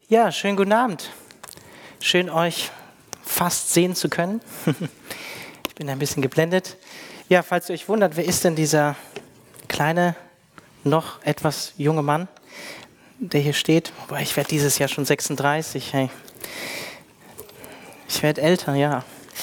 Ja, schönen guten Abend. Schön, euch fast sehen zu können. Ich bin ein bisschen geblendet. Ja, falls ihr euch wundert, wer ist denn dieser kleine, noch etwas junge Mann, der hier steht? Wobei, ich werde dieses Jahr schon 36. Hey. Ich werde älter, ja.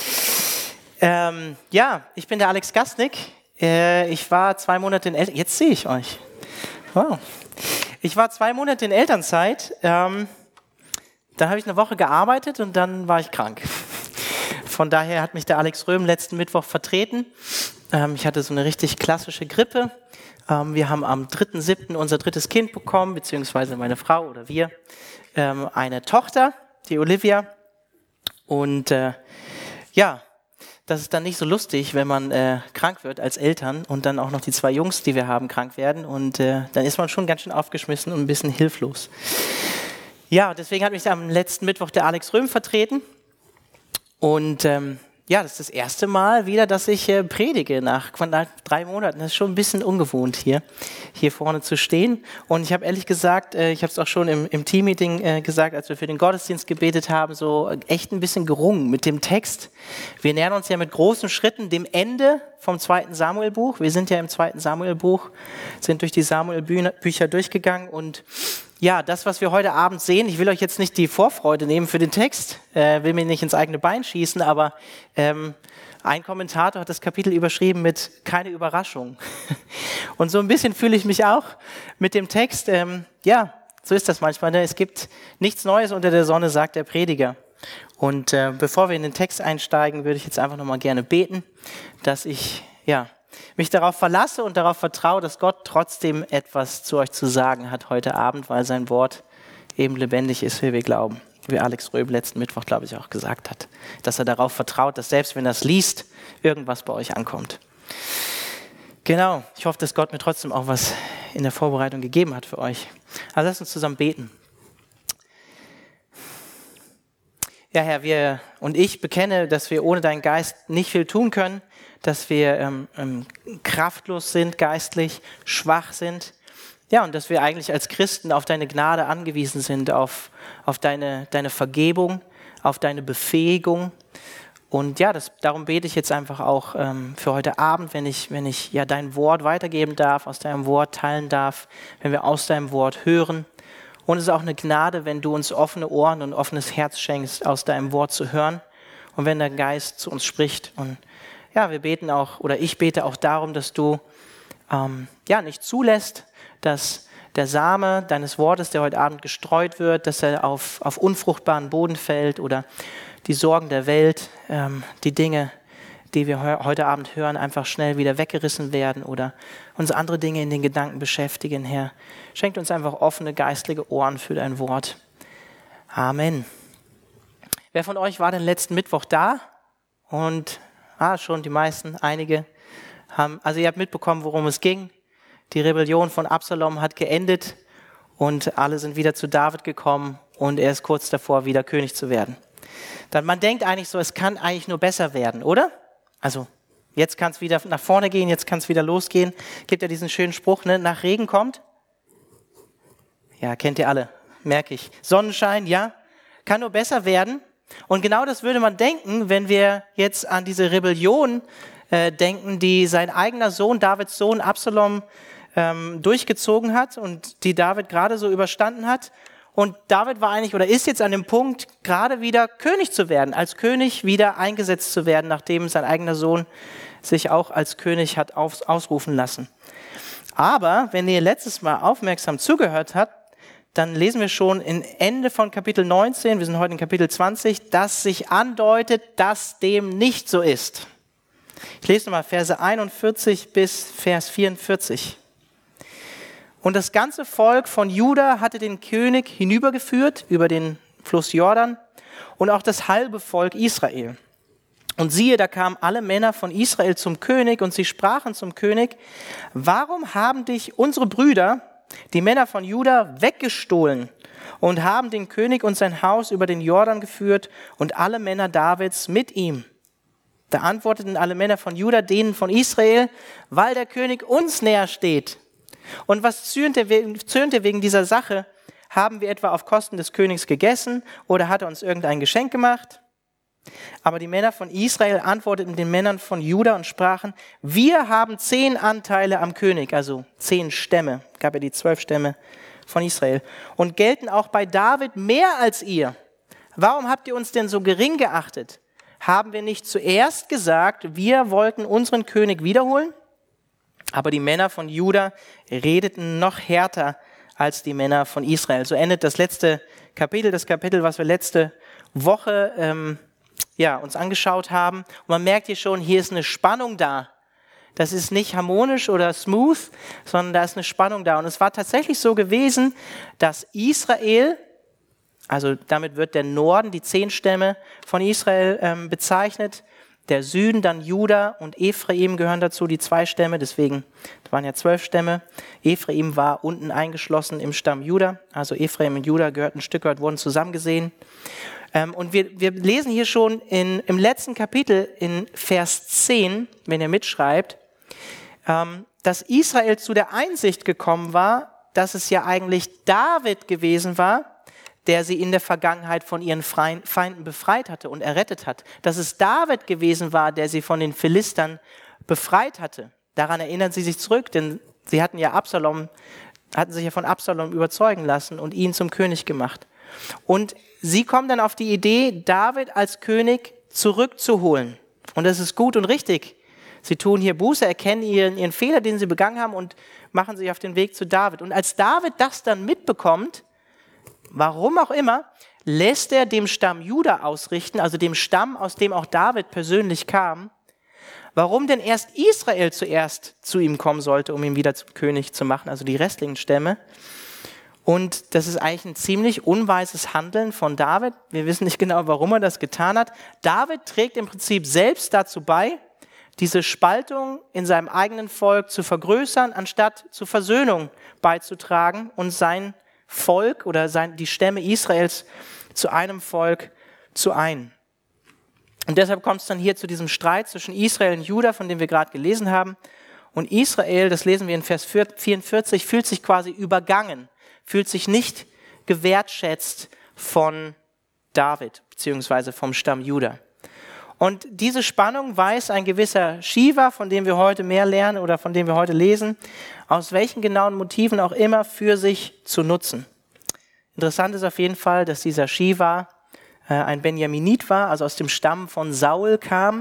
Ich bin der Alex Gastnick. Ich war 2 Monate in Elternzeit. Jetzt sehe ich euch. Wow. Ich war 2 Monate in Elternzeit. Dann habe ich eine Woche gearbeitet und dann war ich krank. Von daher hat mich der Alex Röhm letzten Mittwoch vertreten. Ich hatte so eine richtig klassische Grippe. Wir haben am 3.7. unser 3. Kind bekommen, beziehungsweise meine Frau oder wir, eine Tochter, die Olivia. Und das ist dann nicht so lustig, wenn man krank wird als Eltern und dann auch noch die 2 Jungs, die wir haben, krank werden. Und dann ist man schon ganz schön aufgeschmissen und ein bisschen hilflos. Ja, deswegen hat mich am letzten Mittwoch der Alex Röhm vertreten. Und das ist das erste Mal wieder, dass ich predige nach 3 Monaten. Das ist schon ein bisschen ungewohnt hier vorne zu stehen. Und ich habe ehrlich gesagt, ich habe es auch schon im Teammeeting gesagt, als wir für den Gottesdienst gebetet haben, so echt ein bisschen gerungen mit dem Text. Wir nähern uns ja mit großen Schritten dem Ende vom 2. Samuel-Buch. Wir sind ja im 2. Samuel-Buch, sind durch die Samuel-Bücher durchgegangen und ja, das, was wir heute Abend sehen, ich will euch jetzt nicht die Vorfreude nehmen für den Text, will mir nicht ins eigene Bein schießen, aber ein Kommentator hat das Kapitel überschrieben mit keine Überraschung. Und so ein bisschen fühle ich mich auch mit dem Text. So ist das manchmal. Ne? Es gibt nichts Neues unter der Sonne, sagt der Prediger. Und bevor wir in den Text einsteigen, würde ich jetzt einfach nochmal gerne beten, dass ich mich darauf verlasse und darauf vertraue, dass Gott trotzdem etwas zu euch zu sagen hat heute Abend, weil sein Wort eben lebendig ist, wie wir glauben. Wie Alex Röhm letzten Mittwoch, glaube ich, auch gesagt hat. Dass er darauf vertraut, dass selbst wenn er es liest, irgendwas bei euch ankommt. Genau, ich hoffe, dass Gott mir trotzdem auch was in der Vorbereitung gegeben hat für euch. Also lasst uns zusammen beten. Ja, Herr, wir und ich bekenne, dass wir ohne deinen Geist nicht viel tun können, dass wir kraftlos sind, geistlich schwach sind. Ja, und dass wir eigentlich als Christen auf deine Gnade angewiesen sind, auf deine Vergebung, auf deine Befähigung. Und ja, darum bete ich jetzt einfach auch für heute Abend, wenn ich dein Wort weitergeben darf, aus deinem Wort teilen darf, wenn wir aus deinem Wort hören. Und es ist auch eine Gnade, wenn du uns offene Ohren und offenes Herz schenkst, aus deinem Wort zu hören. Und wenn der Geist zu uns spricht. Und ja, wir beten auch, oder ich bete auch darum, dass du nicht zulässt, dass der Same deines Wortes, der heute Abend gestreut wird, dass er auf unfruchtbaren Boden fällt oder die Sorgen der Welt, die Dinge, die wir heute Abend hören, einfach schnell wieder weggerissen werden oder uns andere Dinge in den Gedanken beschäftigen, Herr. Schenkt uns einfach offene geistliche Ohren für dein Wort. Amen. Wer von euch war denn letzten Mittwoch da? Und schon die meisten, einige haben, also ihr habt mitbekommen, worum es ging. Die Rebellion von Absalom hat geendet und alle sind wieder zu David gekommen und er ist kurz davor, wieder König zu werden. Dann man denkt eigentlich so, es kann eigentlich nur besser werden, oder? Also jetzt kann es wieder nach vorne gehen, jetzt kann es wieder losgehen. Gibt ja diesen schönen Spruch, ne? Nach Regen kommt. Ja, kennt ihr alle, merke ich. Sonnenschein, ja, kann nur besser werden. Und genau das würde man denken, wenn wir jetzt an diese Rebellion denken, die sein eigener Sohn, Davids Sohn Absalom, durchgezogen hat und die David gerade so überstanden hat. Und David war eigentlich oder ist jetzt an dem Punkt, gerade wieder König zu werden, als König wieder eingesetzt zu werden, nachdem sein eigener Sohn sich auch als König hat ausrufen lassen. Aber wenn ihr letztes Mal aufmerksam zugehört habt, dann lesen wir schon im Ende von Kapitel 19, wir sind heute in Kapitel 20, dass sich andeutet, dass dem nicht so ist. Ich lese nochmal Verse 41 bis Vers 44. Und das ganze Volk von Juda hatte den König hinübergeführt über den Fluss Jordan und auch das halbe Volk Israel. Und siehe, da kamen alle Männer von Israel zum König und sie sprachen zum König: Warum haben dich unsere Brüder, die Männer von Juda, weggestohlen und haben den König und sein Haus über den Jordan geführt und alle Männer Davids mit ihm? Da antworteten alle Männer von Juda denen von Israel: Weil der König uns näher steht. Und was zürnt er wegen dieser Sache? Haben wir etwa auf Kosten des Königs gegessen oder hat er uns irgendein Geschenk gemacht? Aber die Männer von Israel antworteten den Männern von Juda und sprachen, wir haben 10 Anteile am König, also 10 Stämme, gab ja die 12 Stämme von Israel, und gelten auch bei David mehr als ihr. Warum habt ihr uns denn so gering geachtet? Haben wir nicht zuerst gesagt, wir wollten unseren König wiederholen? Aber die Männer von Juda redeten noch härter als die Männer von Israel. So endet das letzte Kapitel, das Kapitel, was wir letzte Woche uns angeschaut haben. Und man merkt hier schon, hier ist eine Spannung da. Das ist nicht harmonisch oder smooth, sondern da ist eine Spannung da. Und es war tatsächlich so gewesen, dass Israel, also damit wird der Norden, die 10 Stämme von Israel bezeichnet, der Süden, dann Juda und Ephraim gehören dazu, die 2 Stämme, deswegen waren ja 12 Stämme. Ephraim war unten eingeschlossen im Stamm Juda, also Ephraim und Juda gehörten ein Stück weit, wurden zusammengesehen. Und wir lesen hier schon im letzten Kapitel in Vers 10, wenn ihr mitschreibt, dass Israel zu der Einsicht gekommen war, dass es ja eigentlich David gewesen war, der sie in der Vergangenheit von ihren Feinden befreit hatte und errettet hat. Dass es David gewesen war, der sie von den Philistern befreit hatte. Daran erinnern sie sich zurück, denn sie hatten sich ja von Absalom überzeugen lassen und ihn zum König gemacht. Und sie kommen dann auf die Idee, David als König zurückzuholen. Und das ist gut und richtig. Sie tun hier Buße, erkennen ihren Fehler, den sie begangen haben und machen sich auf den Weg zu David. Und als David das dann mitbekommt, warum auch immer, lässt er dem Stamm Juda ausrichten, also dem Stamm, aus dem auch David persönlich kam, warum denn erst Israel zuerst zu ihm kommen sollte, um ihn wieder zum König zu machen, also die restlichen Stämme. Und das ist eigentlich ein ziemlich unweises Handeln von David. Wir wissen nicht genau, warum er das getan hat. David trägt im Prinzip selbst dazu bei, diese Spaltung in seinem eigenen Volk zu vergrößern, anstatt zur Versöhnung beizutragen und sein Volk oder die Stämme Israels zu einem Volk zu ein. Und deshalb kommt es dann hier zu diesem Streit zwischen Israel und Juda, von dem wir gerade gelesen haben. Und Israel, das lesen wir in Vers 44, fühlt sich quasi übergangen, fühlt sich nicht gewertschätzt von David, beziehungsweise vom Stamm Juda. Und diese Spannung weiß ein gewisser Shiva, von dem wir heute mehr lernen oder von dem wir heute lesen, aus welchen genauen Motiven auch immer für sich zu nutzen. Interessant ist auf jeden Fall, dass dieser Shiva ein Benjaminit war, also aus dem Stamm von Saul kam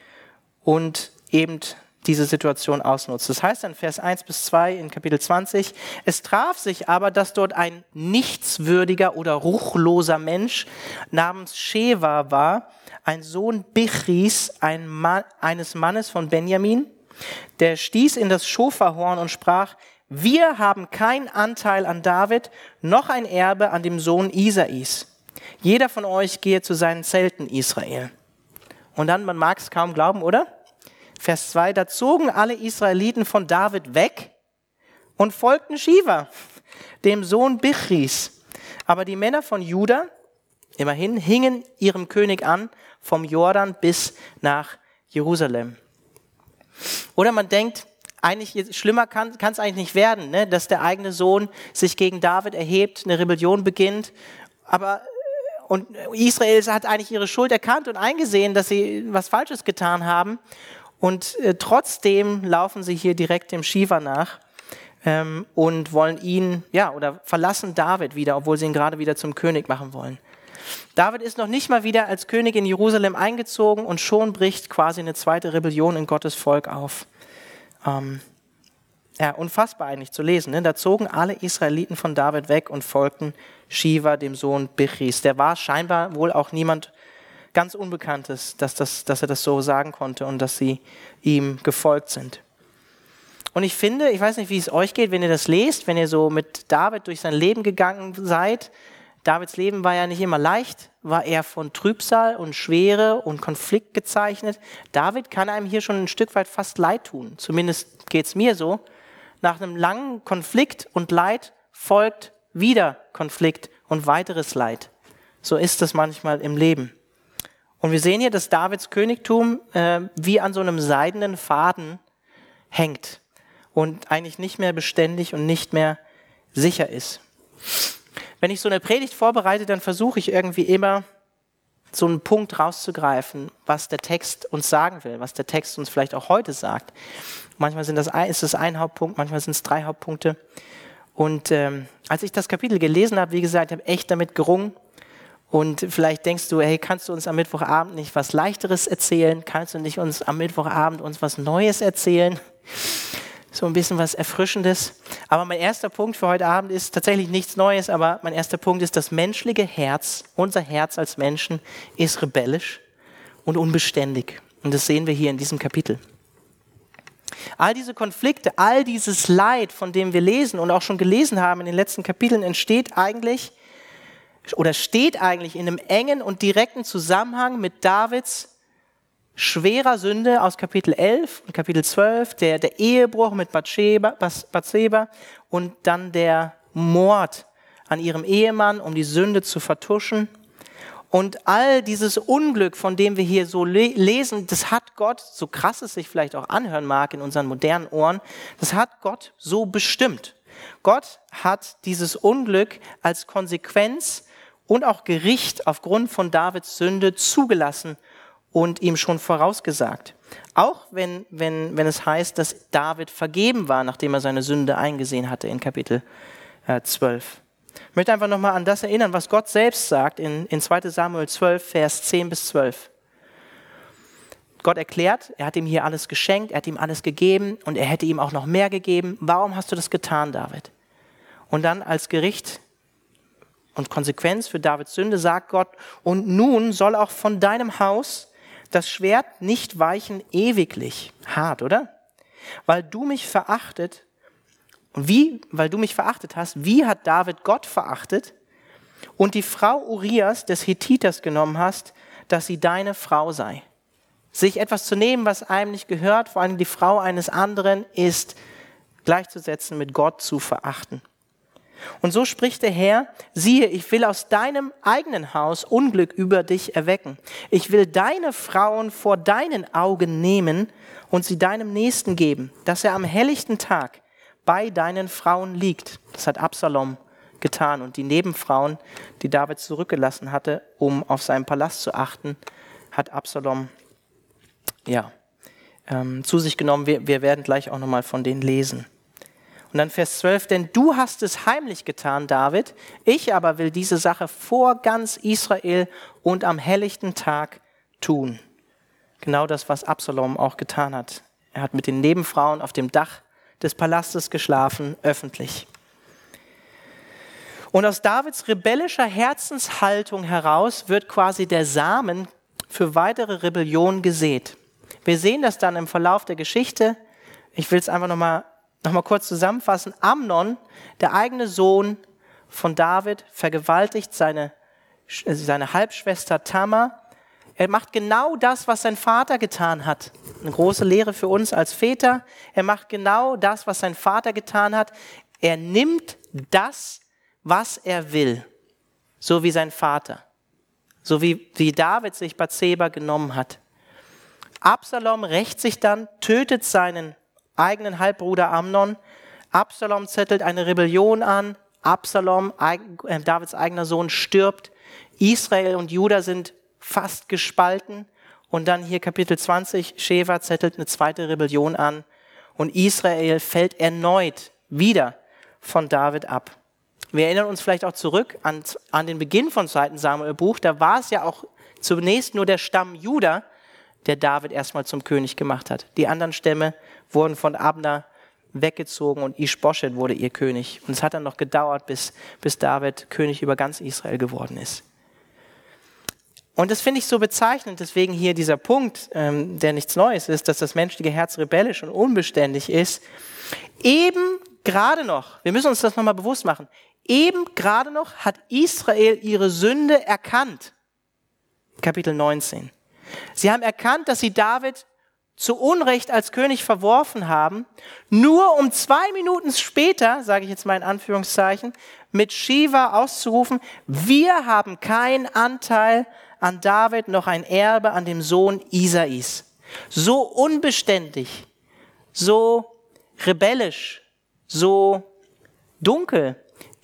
und eben diese Situation ausnutzt. Das heißt dann Vers 1-2 in Kapitel 20, es traf sich aber, dass dort ein nichtswürdiger oder ruchloser Mensch namens Sheva war, ein Sohn Bichris, eines Mannes von Benjamin, der stieß in das Schofarhorn und sprach, wir haben keinen Anteil an David, noch ein Erbe an dem Sohn Isais. Jeder von euch gehe zu seinen Zelten, Israel. Und dann, man mag es kaum glauben, oder? Vers 2, da zogen alle Israeliten von David weg und folgten Shiva, dem Sohn Bichris. Aber die Männer von Juda, immerhin, hingen ihrem König an, vom Jordan bis nach Jerusalem. Oder man denkt, eigentlich schlimmer kann es eigentlich nicht werden, ne? Dass der eigene Sohn sich gegen David erhebt, eine Rebellion beginnt, und Israel hat eigentlich ihre Schuld erkannt und eingesehen, dass sie was Falsches getan haben. Und trotzdem laufen sie hier direkt dem Shiva nach und wollen ihn, oder verlassen David wieder, obwohl sie ihn gerade wieder zum König machen wollen. David ist noch nicht mal wieder als König in Jerusalem eingezogen und schon bricht quasi eine zweite Rebellion in Gottes Volk auf. Unfassbar eigentlich zu lesen. Ne? Da zogen alle Israeliten von David weg und folgten Shiva, dem Sohn Bichris. Der war scheinbar wohl auch niemand ganz Unbekanntes, dass er das so sagen konnte und dass sie ihm gefolgt sind. Und ich finde, ich weiß nicht, wie es euch geht, wenn ihr das lest, wenn ihr so mit David durch sein Leben gegangen seid. Davids Leben war ja nicht immer leicht, war eher von Trübsal und Schwere und Konflikt gezeichnet. David kann einem hier schon ein Stück weit fast leid tun. Zumindest geht es mir so. Nach einem langen Konflikt und Leid folgt wieder Konflikt und weiteres Leid. So ist es manchmal im Leben. Und wir sehen hier, dass Davids Königtum wie an so einem seidenen Faden hängt und eigentlich nicht mehr beständig und nicht mehr sicher ist. Wenn ich so eine Predigt vorbereite, dann versuche ich irgendwie immer, so einen Punkt rauszugreifen, was der Text uns sagen will, was der Text uns vielleicht auch heute sagt. Manchmal ist es ein Hauptpunkt, manchmal sind es 3 Hauptpunkte. Und als ich das Kapitel gelesen habe, wie gesagt, habe ich echt damit gerungen. Und vielleicht denkst du, hey, kannst du uns am Mittwochabend nicht was Leichteres erzählen? Kannst du nicht uns am Mittwochabend was Neues erzählen? So ein bisschen was Erfrischendes. Aber mein erster Punkt für heute Abend ist tatsächlich nichts Neues, aber mein erster Punkt ist, das menschliche Herz, unser Herz als Menschen, ist rebellisch und unbeständig. Und das sehen wir hier in diesem Kapitel. All diese Konflikte, all dieses Leid, von dem wir lesen und auch schon gelesen haben in den letzten Kapiteln, steht eigentlich in einem engen und direkten Zusammenhang mit Davids schwerer Sünde aus Kapitel 11 und Kapitel 12, der Ehebruch mit Bathseba und dann der Mord an ihrem Ehemann, um die Sünde zu vertuschen. Und all dieses Unglück, von dem wir hier so lesen, das hat Gott, so krass es sich vielleicht auch anhören mag in unseren modernen Ohren, das hat Gott so bestimmt. Gott hat dieses Unglück als Konsequenz und auch Gericht aufgrund von Davids Sünde zugelassen und ihm schon vorausgesagt. Auch wenn es heißt, dass David vergeben war, nachdem er seine Sünde eingesehen hatte in Kapitel 12. Ich möchte einfach nochmal an das erinnern, was Gott selbst sagt in 2 Samuel 12, Vers 10 bis 12. Gott erklärt, er hat ihm hier alles geschenkt, er hat ihm alles gegeben und er hätte ihm auch noch mehr gegeben. Warum hast du das getan, David? Und dann als Gericht und Konsequenz für Davids Sünde sagt Gott, und nun soll auch von deinem Haus das Schwert nicht weichen ewiglich. Hart, oder? Weil du mich verachtet hast, wie hat David Gott verachtet und die Frau Urias des Hethiters genommen hast, dass sie deine Frau sei. Sich etwas zu nehmen, was einem nicht gehört, vor allem die Frau eines anderen, ist gleichzusetzen mit Gott zu verachten. Und so spricht der Herr, siehe, ich will aus deinem eigenen Haus Unglück über dich erwecken. Ich will deine Frauen vor deinen Augen nehmen und sie deinem Nächsten geben, dass er am helllichten Tag bei deinen Frauen liegt. Das hat Absalom getan und die Nebenfrauen, die David zurückgelassen hatte, um auf seinen Palast zu achten, hat Absalom zu sich genommen. Wir werden gleich auch nochmal von denen lesen. Und dann Vers 12, denn du hast es heimlich getan, David, ich aber will diese Sache vor ganz Israel und am helllichten Tag tun. Genau das, was Absalom auch getan hat. Er hat mit den Nebenfrauen auf dem Dach des Palastes geschlafen, öffentlich. Und aus Davids rebellischer Herzenshaltung heraus wird quasi der Samen für weitere Rebellion gesät. Wir sehen das dann im Verlauf der Geschichte. Ich will es einfach noch mal kurz zusammenfassen. Amnon, der eigene Sohn von David, vergewaltigt seine Halbschwester Tamar. Er macht genau das, was sein Vater getan hat. Eine große Lehre für uns als Väter. Er macht genau das, was sein Vater getan hat. Er nimmt das, was er will, so wie sein Vater. So wie David sich Bathseba genommen hat. Absalom rächt sich dann, tötet seinen eigenen Halbbruder Amnon. Absalom zettelt eine Rebellion an. Davids eigener Sohn, stirbt. Israel und Juda sind fast gespalten. Und dann hier Kapitel 20, Sheva zettelt eine zweite Rebellion an. Und Israel fällt erneut wieder von David ab. Wir erinnern uns vielleicht auch zurück an den Beginn von 2. Samuel-Buch. Da war es ja auch zunächst nur der Stamm Juda, der David erstmal zum König gemacht hat. Die anderen Stämme wurden von Abner weggezogen und Ish-Boschet wurde ihr König. Und es hat dann noch gedauert, bis David König über ganz Israel geworden ist. Und das finde ich so bezeichnend, deswegen hier dieser Punkt, der nichts Neues ist, dass das menschliche Herz rebellisch und unbeständig ist. Eben gerade noch, wir müssen uns das nochmal bewusst machen, eben gerade noch hat Israel ihre Sünde erkannt. Kapitel 19. Sie haben erkannt, dass sie David zu Unrecht als König verworfen haben, nur um 2 Minuten später, sage ich jetzt mal in Anführungszeichen, mit Shiva auszurufen, wir haben keinen Anteil an David, noch ein Erbe an dem Sohn Isais. So unbeständig, so rebellisch, so dunkel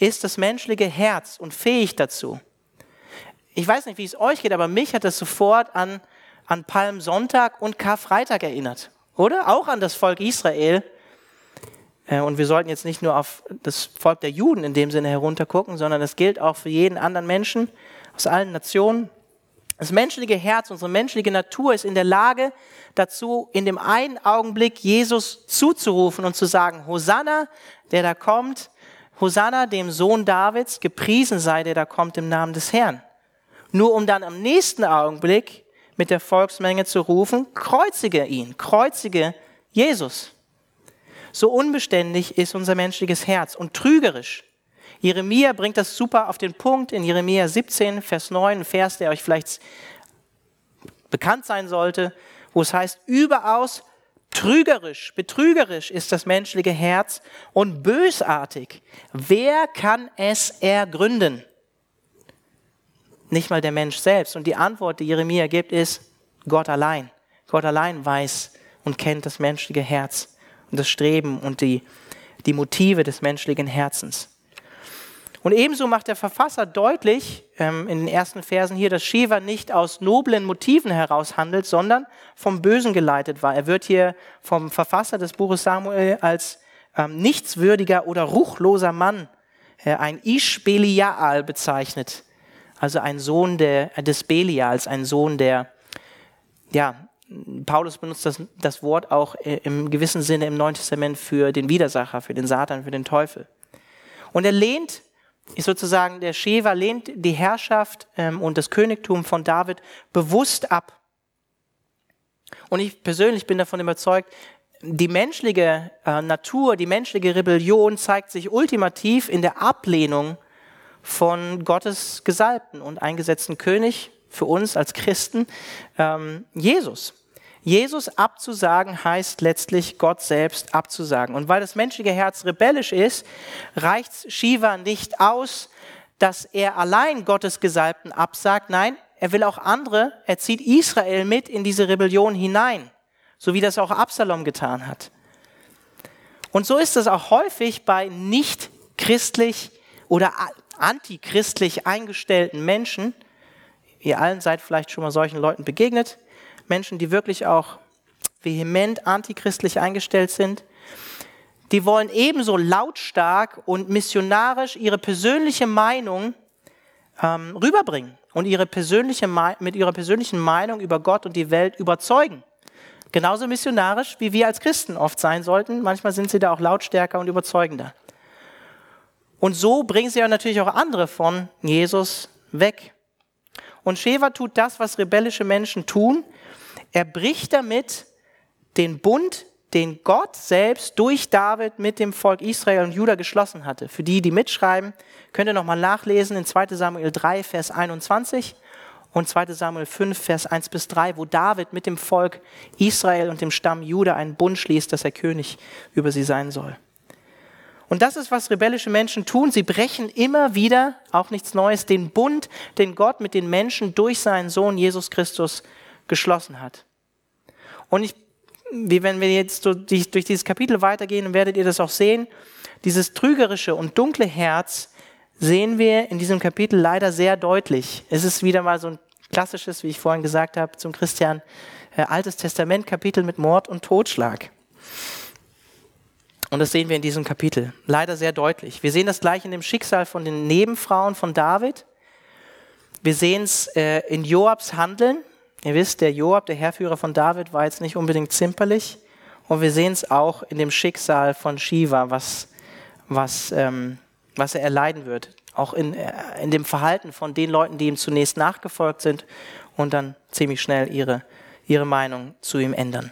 ist das menschliche Herz und fähig dazu. Ich weiß nicht, wie es euch geht, aber mich hat das sofort an Palmsonntag und Karfreitag erinnert. Oder? Auch an das Volk Israel. Und wir sollten jetzt nicht nur auf das Volk der Juden in dem Sinne heruntergucken, sondern das gilt auch für jeden anderen Menschen aus allen Nationen. Das menschliche Herz, unsere menschliche Natur ist in der Lage dazu, in dem einen Augenblick Jesus zuzurufen und zu sagen, Hosanna, der da kommt, Hosanna, dem Sohn Davids, gepriesen sei, der da kommt im Namen des Herrn. Nur um dann am nächsten Augenblick mit der Volksmenge zu rufen, kreuzige ihn, kreuzige Jesus. So unbeständig ist unser menschliches Herz und trügerisch. Jeremia bringt das super auf den Punkt in Jeremia 17, Vers 9, ein Vers, der euch vielleicht bekannt sein sollte, wo es heißt, überaus trügerisch, betrügerisch ist das menschliche Herz und bösartig. Wer kann es ergründen? Nicht mal der Mensch selbst. Und die Antwort, die Jeremia gibt, ist Gott allein. Gott allein weiß und kennt das menschliche Herz und das Streben und die Motive des menschlichen Herzens. Und ebenso macht der Verfasser deutlich in den ersten Versen hier, dass Shiva nicht aus noblen Motiven heraus handelt, sondern vom Bösen geleitet war. Er wird hier vom Verfasser des Buches Samuel als nichtswürdiger oder ruchloser Mann, ein Ish Belial bezeichnet. Also ein Sohn des Belials, ein Sohn Paulus benutzt das Wort auch im gewissen Sinne im Neuen Testament für den Widersacher, für den Satan, für den Teufel. Und er der Shiva lehnt die Herrschaft und das Königtum von David bewusst ab. Und ich persönlich bin davon überzeugt, die menschliche Natur, die menschliche Rebellion zeigt sich ultimativ in der Ablehnung von Gottes gesalbten und eingesetzten König, für uns als Christen, Jesus. Jesus abzusagen heißt letztlich Gott selbst abzusagen. Und weil das menschliche Herz rebellisch ist, reicht Shiva nicht aus, dass er allein Gottes Gesalbten absagt. Nein, er will auch andere, er zieht Israel mit in diese Rebellion hinein, so wie das auch Absalom getan hat. Und so ist es auch häufig bei nicht christlich oder antichristlich eingestellten Menschen. Ihr allen seid vielleicht schon mal solchen Leuten begegnet. Menschen, die wirklich auch vehement antichristlich eingestellt sind. Die wollen ebenso lautstark und missionarisch ihre persönliche Meinung rüberbringen und mit ihrer persönlichen Meinung über Gott und die Welt überzeugen. Genauso missionarisch, wie wir als Christen oft sein sollten. Manchmal sind sie da auch lautstärker und überzeugender. Und so bringen sie ja natürlich auch andere von Jesus weg. Und Shiva tut das, was rebellische Menschen tun. Er bricht damit den Bund, den Gott selbst durch David mit dem Volk Israel und Juda geschlossen hatte. Für die mitschreiben, könnt ihr nochmal nachlesen in 2. Samuel 3, Vers 21 und 2. Samuel 5, Vers 1 bis 3, wo David mit dem Volk Israel und dem Stamm Juda einen Bund schließt, dass er König über sie sein soll. Und das ist, was rebellische Menschen tun. Sie brechen immer wieder, auch nichts Neues, den Bund, den Gott mit den Menschen durch seinen Sohn Jesus Christus geschlossen hat. Und wenn wir jetzt durch dieses Kapitel weitergehen, dann werdet ihr das auch sehen. Dieses trügerische und dunkle Herz sehen wir in diesem Kapitel leider sehr deutlich. Es ist wieder mal so ein klassisches, wie ich vorhin gesagt habe, zum Christian, Altes Testament Kapitel mit Mord und Totschlag. Und das sehen wir in diesem Kapitel leider sehr deutlich. Wir sehen das gleich in dem Schicksal von den Nebenfrauen von David. Wir sehen es in Joabs Handeln. Ihr wisst, der Joab, der Heerführer von David, war jetzt nicht unbedingt zimperlich. Und wir sehen es auch in dem Schicksal von Shiva, was er erleiden wird. Auch in dem Verhalten von den Leuten, die ihm zunächst nachgefolgt sind und dann ziemlich schnell ihre Meinung zu ihm ändern.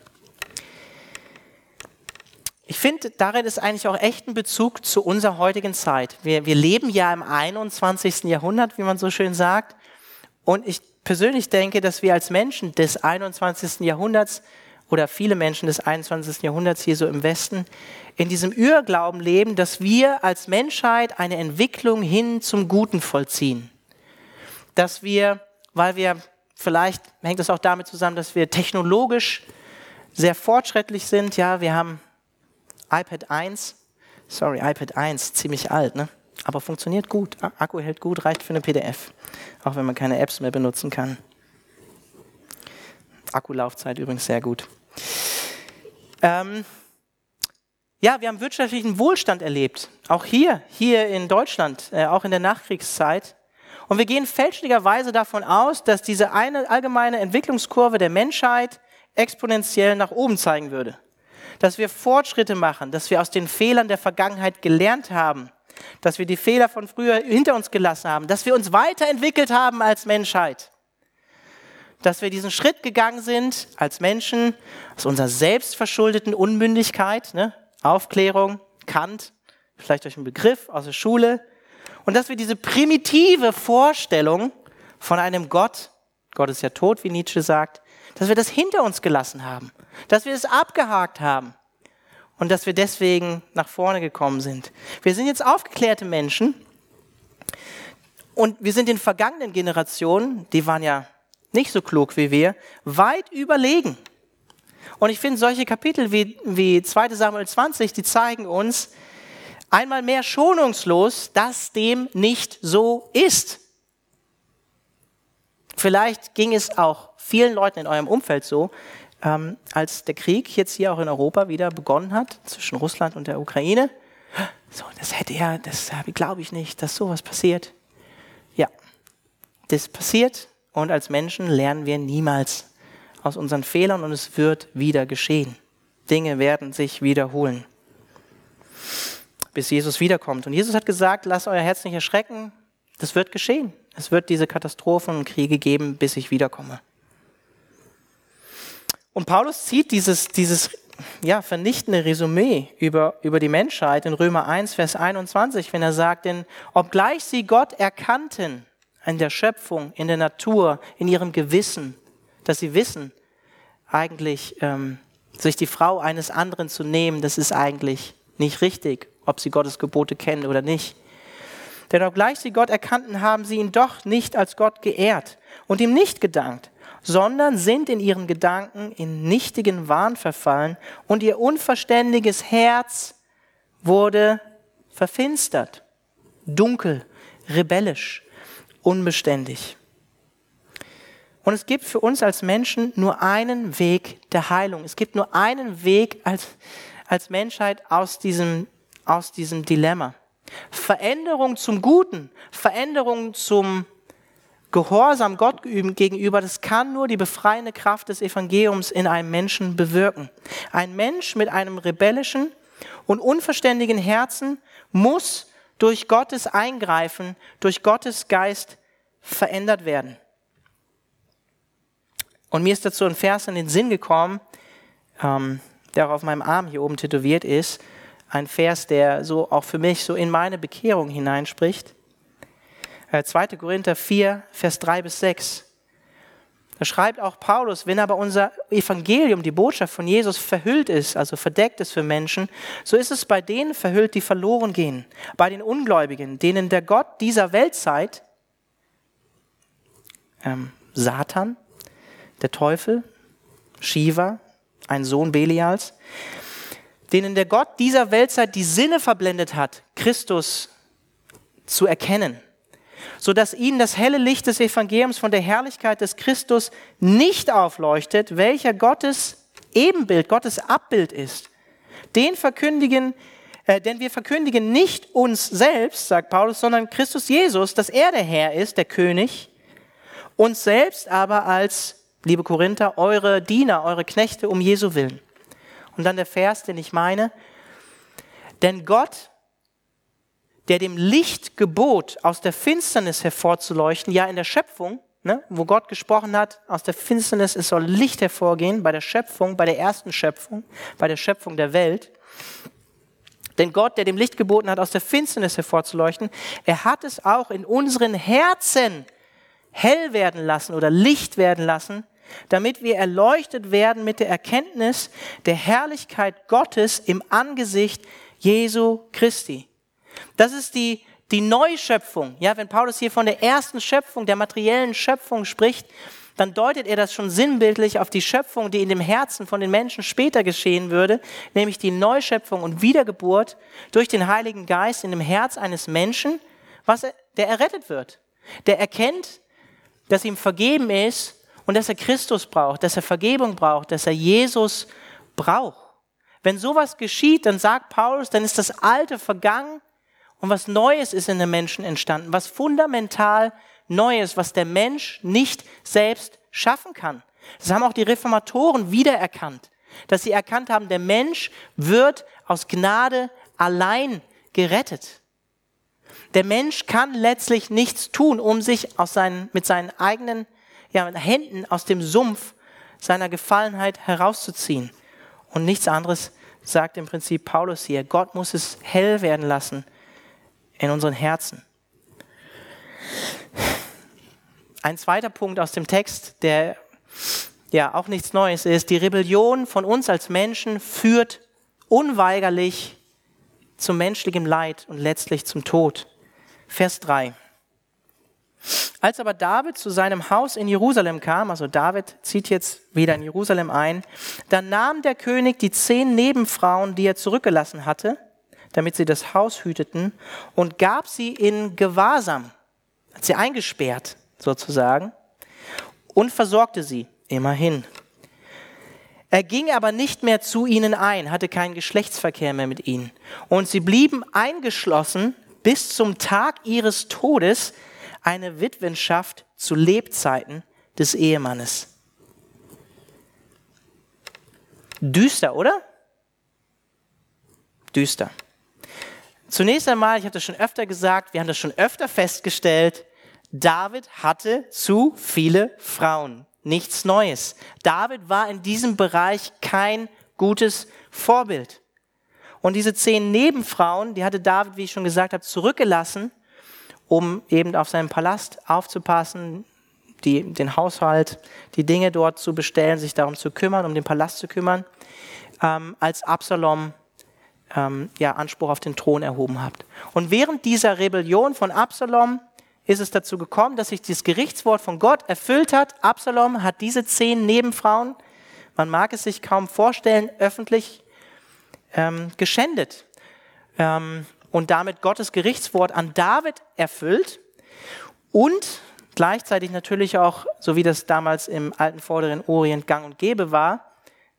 Ich finde, darin ist eigentlich auch echt ein Bezug zu unserer heutigen Zeit. Wir leben ja im 21. Jahrhundert, wie man so schön sagt. Und ich persönlich denke, dass wir als Menschen des 21. Jahrhunderts oder viele Menschen des 21. Jahrhunderts hier so im Westen in diesem Irrglauben leben, dass wir als Menschheit eine Entwicklung hin zum Guten vollziehen. Dass wir, vielleicht hängt das auch damit zusammen, dass wir technologisch sehr fortschrittlich sind. Ja, wir haben iPad 1, ziemlich alt, ne? Aber funktioniert gut. Akku hält gut, reicht für eine PDF. Auch wenn man keine Apps mehr benutzen kann. Akkulaufzeit übrigens sehr gut. Ja, wir haben wirtschaftlichen Wohlstand erlebt. Auch hier in Deutschland, auch in der Nachkriegszeit. Und wir gehen fälschlicherweise davon aus, dass diese eine allgemeine Entwicklungskurve der Menschheit exponentiell nach oben zeigen würde. Dass wir Fortschritte machen, dass wir aus den Fehlern der Vergangenheit gelernt haben, dass wir die Fehler von früher hinter uns gelassen haben, dass wir uns weiterentwickelt haben als Menschheit. Dass wir diesen Schritt gegangen sind als Menschen aus unserer selbstverschuldeten Unmündigkeit, Aufklärung, Kant, vielleicht durch einen Begriff aus der Schule, und dass wir diese primitive Vorstellung von einem Gott, Gott ist ja tot, wie Nietzsche sagt, dass wir das hinter uns gelassen haben, dass wir es abgehakt haben und dass wir deswegen nach vorne gekommen sind. Wir sind jetzt aufgeklärte Menschen und wir sind den vergangenen Generationen, die waren ja nicht so klug wie wir, weit überlegen. Und ich finde solche Kapitel wie 2. Samuel 20, die zeigen uns einmal mehr schonungslos, dass dem nicht so ist. Vielleicht ging es auch vielen Leuten in eurem Umfeld so, als der Krieg jetzt hier auch in Europa wieder begonnen hat, zwischen Russland und der Ukraine. So, das glaube ich nicht, dass sowas passiert. Ja, das passiert und als Menschen lernen wir niemals aus unseren Fehlern und es wird wieder geschehen. Dinge werden sich wiederholen, bis Jesus wiederkommt. Und Jesus hat gesagt, lasst euer Herz nicht erschrecken, das wird geschehen. Es wird diese Katastrophen und Kriege geben, bis ich wiederkomme. Und Paulus zieht dieses vernichtende Resümee über die Menschheit in Römer 1, Vers 21, wenn er sagt, denn obgleich sie Gott erkannten in der Schöpfung, in der Natur, in ihrem Gewissen, dass sie wissen, eigentlich sich die Frau eines anderen zu nehmen, das ist eigentlich nicht richtig, ob sie Gottes Gebote kennen oder nicht. Denn obgleich sie Gott erkannten, haben sie ihn doch nicht als Gott geehrt und ihm nicht gedankt, sondern sind in ihren Gedanken in nichtigen Wahn verfallen und ihr unverständiges Herz wurde verfinstert, dunkel, rebellisch, unbeständig. Und es gibt für uns als Menschen nur einen Weg der Heilung. Es gibt nur einen Weg als Menschheit aus diesem Dilemma. Veränderung zum Guten, Veränderung zum Gehorsam Gott gegenüber, das kann nur die befreiende Kraft des Evangeliums in einem Menschen bewirken. Ein Mensch mit einem rebellischen und unverständigen Herzen muss durch Gottes Eingreifen, durch Gottes Geist verändert werden. Und mir ist dazu ein Vers in den Sinn gekommen, der auch auf meinem Arm hier oben tätowiert ist. Ein Vers, der so auch für mich so in meine Bekehrung hineinspricht. 2. Korinther 4, Vers 3 bis 6. Da schreibt auch Paulus, wenn aber unser Evangelium, die Botschaft von Jesus, verhüllt ist, also verdeckt ist für Menschen, so ist es bei denen verhüllt, die verloren gehen. Bei den Ungläubigen, denen der Gott dieser Weltzeit, Satan, der Teufel, Shiva, ein Sohn Belials, denen der Gott dieser Weltzeit die Sinne verblendet hat, Christus zu erkennen, sodass ihnen das helle Licht des Evangeliums von der Herrlichkeit des Christus nicht aufleuchtet, welcher Gottes Ebenbild, Gottes Abbild ist. Denn wir verkündigen nicht uns selbst, sagt Paulus, sondern Christus Jesus, dass er der Herr ist, der König, uns selbst aber als, liebe Korinther, eure Diener, eure Knechte um Jesu willen. Und dann der Vers, den ich meine. Denn Gott, der dem Licht gebot, aus der Finsternis hervorzuleuchten, ja in der Schöpfung, wo Gott gesprochen hat, aus der Finsternis, es soll Licht hervorgehen, bei der Schöpfung, bei der ersten Schöpfung, bei der Schöpfung der Welt. Denn Gott, der dem Licht geboten hat, aus der Finsternis hervorzuleuchten, er hat es auch in unseren Herzen hell werden lassen oder Licht werden lassen, damit wir erleuchtet werden mit der Erkenntnis der Herrlichkeit Gottes im Angesicht Jesu Christi. Das ist die Neuschöpfung. Ja, wenn Paulus hier von der ersten Schöpfung, der materiellen Schöpfung spricht, dann deutet er das schon sinnbildlich auf die Schöpfung, die in dem Herzen von den Menschen später geschehen würde, nämlich die Neuschöpfung und Wiedergeburt durch den Heiligen Geist in dem Herz eines Menschen, der errettet wird, der erkennt, dass ihm vergeben ist und dass er Christus braucht, dass er Vergebung braucht, dass er Jesus braucht. Wenn sowas geschieht, dann sagt Paulus, dann ist das Alte vergangen und was Neues ist in den Menschen entstanden, was fundamental Neues, was der Mensch nicht selbst schaffen kann. Das haben auch die Reformatoren wiedererkannt, dass sie erkannt haben, der Mensch wird aus Gnade allein gerettet. Der Mensch kann letztlich nichts tun, um sich mit seinen eigenen Händen aus dem Sumpf seiner Gefallenheit herauszuziehen. Und nichts anderes sagt im Prinzip Paulus hier. Gott muss es hell werden lassen in unseren Herzen. Ein zweiter Punkt aus dem Text, der ja auch nichts Neues ist, die Rebellion von uns als Menschen führt unweigerlich zu menschlichem Leid und letztlich zum Tod. Vers 3. Als aber David zu seinem Haus in Jerusalem kam, also David zieht jetzt wieder in Jerusalem ein, dann nahm der König die 10 Nebenfrauen, die er zurückgelassen hatte, damit sie das Haus hüteten, und gab sie in Gewahrsam, hat sie eingesperrt sozusagen, und versorgte sie, immerhin. Er ging aber nicht mehr zu ihnen ein, hatte keinen Geschlechtsverkehr mehr mit ihnen. Und sie blieben eingeschlossen bis zum Tag ihres Todes, eine Witwenschaft zu Lebzeiten des Ehemannes. Düster, oder? Düster. Zunächst einmal, ich habe das schon öfter gesagt, wir haben das schon öfter festgestellt, David hatte zu viele Frauen. Nichts Neues. David war in diesem Bereich kein gutes Vorbild. Und diese 10 Nebenfrauen, die hatte David, wie ich schon gesagt habe, zurückgelassen, um eben auf seinen Palast aufzupassen, den Haushalt, die Dinge dort zu bestellen, sich darum zu kümmern, um den Palast zu kümmern, als Absalom Anspruch auf den Thron erhoben hat. Und während dieser Rebellion von Absalom ist es dazu gekommen, dass sich das Gerichtswort von Gott erfüllt hat. Absalom hat diese 10 Nebenfrauen, man mag es sich kaum vorstellen, öffentlich geschändet. Und damit Gottes Gerichtswort an David erfüllt und gleichzeitig natürlich auch, so wie das damals im alten Vorderen Orient gang und gäbe war,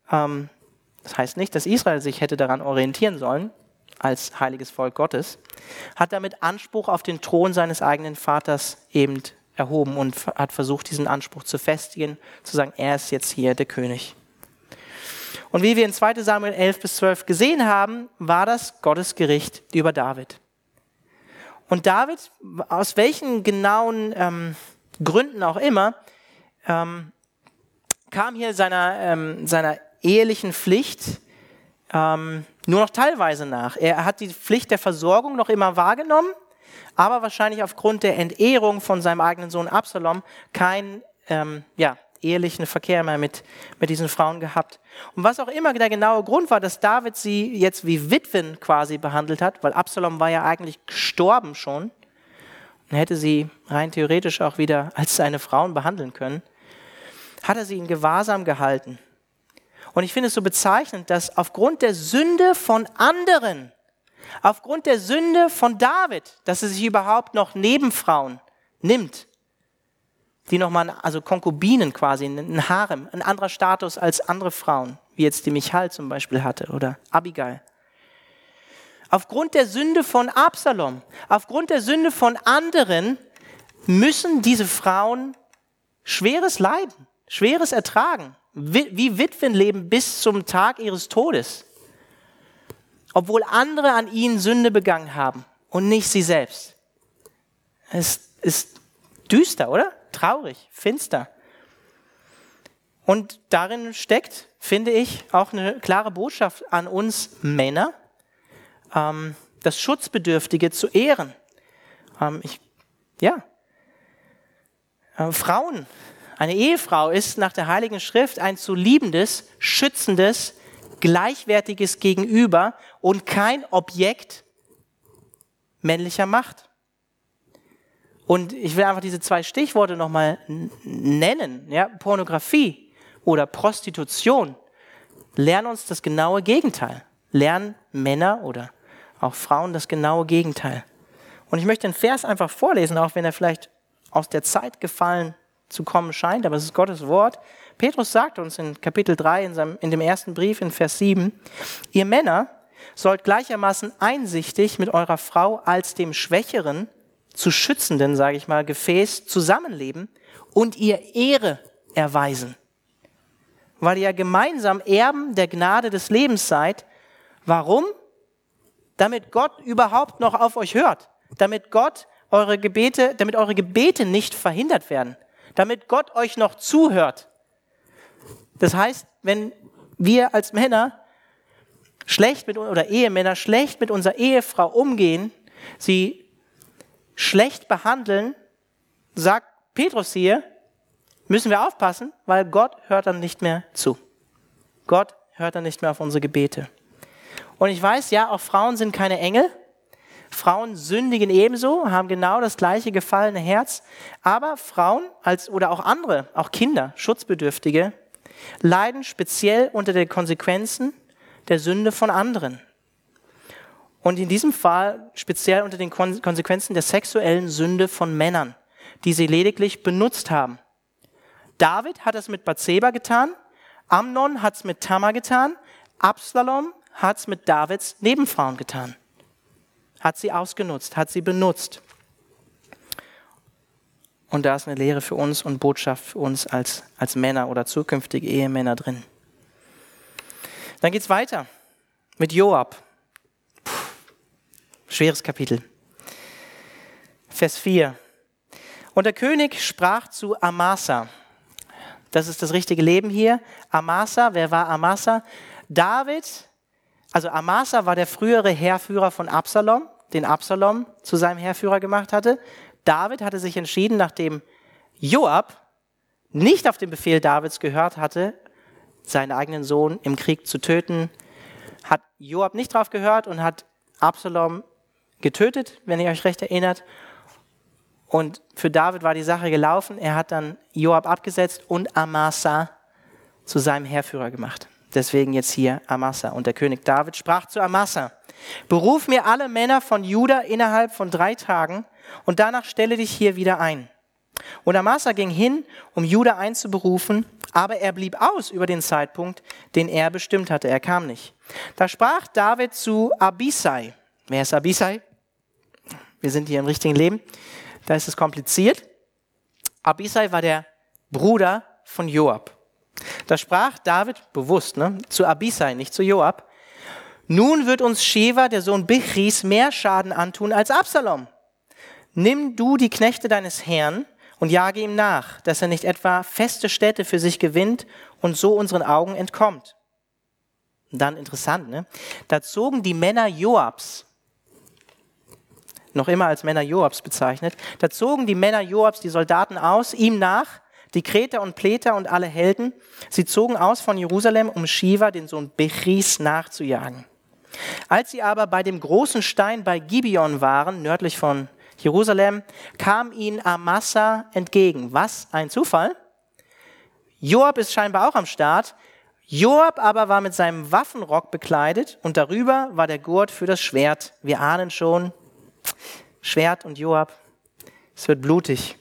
das heißt nicht, dass Israel sich hätte daran orientieren sollen, als heiliges Volk Gottes, hat damit Anspruch auf den Thron seines eigenen Vaters eben erhoben und hat versucht, diesen Anspruch zu festigen, zu sagen, er ist jetzt hier der König. Und wie wir in 2. Samuel 11-12 gesehen haben, war das Gottes Gericht über David. Und David, aus welchen genauen Gründen auch immer, kam hier seiner ehelichen Pflicht nur noch teilweise nach. Er hat die Pflicht der Versorgung noch immer wahrgenommen, aber wahrscheinlich aufgrund der Entehrung von seinem eigenen Sohn Absalom keinen ehelichen Verkehr mehr mit diesen Frauen gehabt. Und was auch immer der genaue Grund war, dass David sie jetzt wie Witwen quasi behandelt hat, weil Absalom war ja eigentlich gestorben schon und hätte sie rein theoretisch auch wieder als seine Frauen behandeln können, hat er sie in Gewahrsam gehalten. Und ich finde es so bezeichnend, dass aufgrund der Sünde von anderen, aufgrund der Sünde von David, dass er sich überhaupt noch Nebenfrauen nimmt, die nochmal, also Konkubinen quasi, ein Harem, ein anderer Status als andere Frauen, wie jetzt die Michal zum Beispiel hatte oder Abigail. Aufgrund der Sünde von Absalom, aufgrund der Sünde von anderen müssen diese Frauen Schweres leiden, Schweres ertragen, wie Witwen leben bis zum Tag ihres Todes, obwohl andere an ihnen Sünde begangen haben und nicht sie selbst. Es ist düster, oder? Traurig, finster. Und darin steckt, finde ich, auch eine klare Botschaft an uns Männer, das Schutzbedürftige zu ehren. Frauen, eine Ehefrau ist nach der Heiligen Schrift ein zu liebendes, schützendes, gleichwertiges Gegenüber und kein Objekt männlicher Macht. Und ich will einfach diese 2 Stichworte nochmal nennen. Ja? Pornografie oder Prostitution. Lernen uns das genaue Gegenteil. Lernen Männer oder auch Frauen das genaue Gegenteil. Und ich möchte den Vers einfach vorlesen, auch wenn er vielleicht aus der Zeit gefallen zu kommen scheint, aber es ist Gottes Wort. Petrus sagt uns in Kapitel 3, in dem ersten Brief, in Vers 7, ihr Männer sollt gleichermaßen einsichtig mit eurer Frau als dem schwächeren, zu schützenden, sage ich mal, Gefäß zusammenleben und ihr Ehre erweisen. Weil ihr gemeinsam Erben der Gnade des Lebens seid. Warum? Damit Gott überhaupt noch auf euch hört. Damit eure Gebete nicht verhindert werden. Damit Gott euch noch zuhört. Das heißt, wenn wir als Männer oder Ehemänner schlecht mit unserer Ehefrau umgehen, sie schlecht behandeln, sagt Petrus hier, müssen wir aufpassen, weil Gott hört dann nicht mehr zu. Gott hört dann nicht mehr auf unsere Gebete. Und ich weiß, ja, auch Frauen sind keine Engel. Frauen sündigen ebenso, haben genau das gleiche gefallene Herz. Aber Frauen oder auch andere, auch Kinder, Schutzbedürftige, leiden speziell unter den Konsequenzen der Sünde von anderen. Und in diesem Fall speziell unter den Konsequenzen der sexuellen Sünde von Männern, die sie lediglich benutzt haben. David hat es mit Bathseba getan, Amnon hat es mit Tamar getan, Absalom hat es mit Davids Nebenfrauen getan. Hat sie ausgenutzt, hat sie benutzt. Und da ist eine Lehre für uns und Botschaft für uns als Männer oder zukünftige Ehemänner drin. Dann geht's weiter mit Joab. Schweres Kapitel. Vers 4. Und der König sprach zu Amasa. Das ist das richtige Leben hier. Amasa, wer war Amasa? Amasa war der frühere Heerführer von Absalom, den Absalom zu seinem Heerführer gemacht hatte. David hatte sich entschieden, nachdem Joab nicht auf den Befehl Davids gehört hatte, seinen eigenen Sohn im Krieg zu töten, hat Joab nicht drauf gehört und hat Absalom getötet, wenn ihr euch recht erinnert. Und für David war die Sache gelaufen. Er hat dann Joab abgesetzt und Amasa zu seinem Heerführer gemacht. Deswegen jetzt hier Amasa. Und der König David sprach zu Amasa: Beruf mir alle Männer von Juda innerhalb von 3 Tagen und danach stelle dich hier wieder ein. Und Amasa ging hin, um Juda einzuberufen, aber er blieb aus über den Zeitpunkt, den er bestimmt hatte. Er kam nicht. Da sprach David zu Abisai. Wer ist Abisai? Wir sind hier im richtigen Leben. Da ist es kompliziert. Abisai war der Bruder von Joab. Da sprach David bewusst, zu Abisai, nicht zu Joab: Nun wird uns Sheva, der Sohn Bichris, mehr Schaden antun als Absalom. Nimm du die Knechte deines Herrn und jage ihm nach, dass er nicht etwa feste Städte für sich gewinnt und so unseren Augen entkommt. Und dann interessant, da zogen die Männer Joabs, noch immer als Männer Joabs bezeichnet, da zogen die Männer Joabs, die Soldaten aus, ihm nach, die Kreter und Pleter und alle Helden. Sie zogen aus von Jerusalem, um Sheva, den Sohn Bichris, nachzujagen. Als sie aber bei dem großen Stein bei Gibeon waren, nördlich von Jerusalem, kam ihnen Amasa entgegen. Was ein Zufall. Joab ist scheinbar auch am Start. Joab aber war mit seinem Waffenrock bekleidet und darüber war der Gurt für das Schwert. Wir ahnen schon, Schwert und Joab, es wird blutig.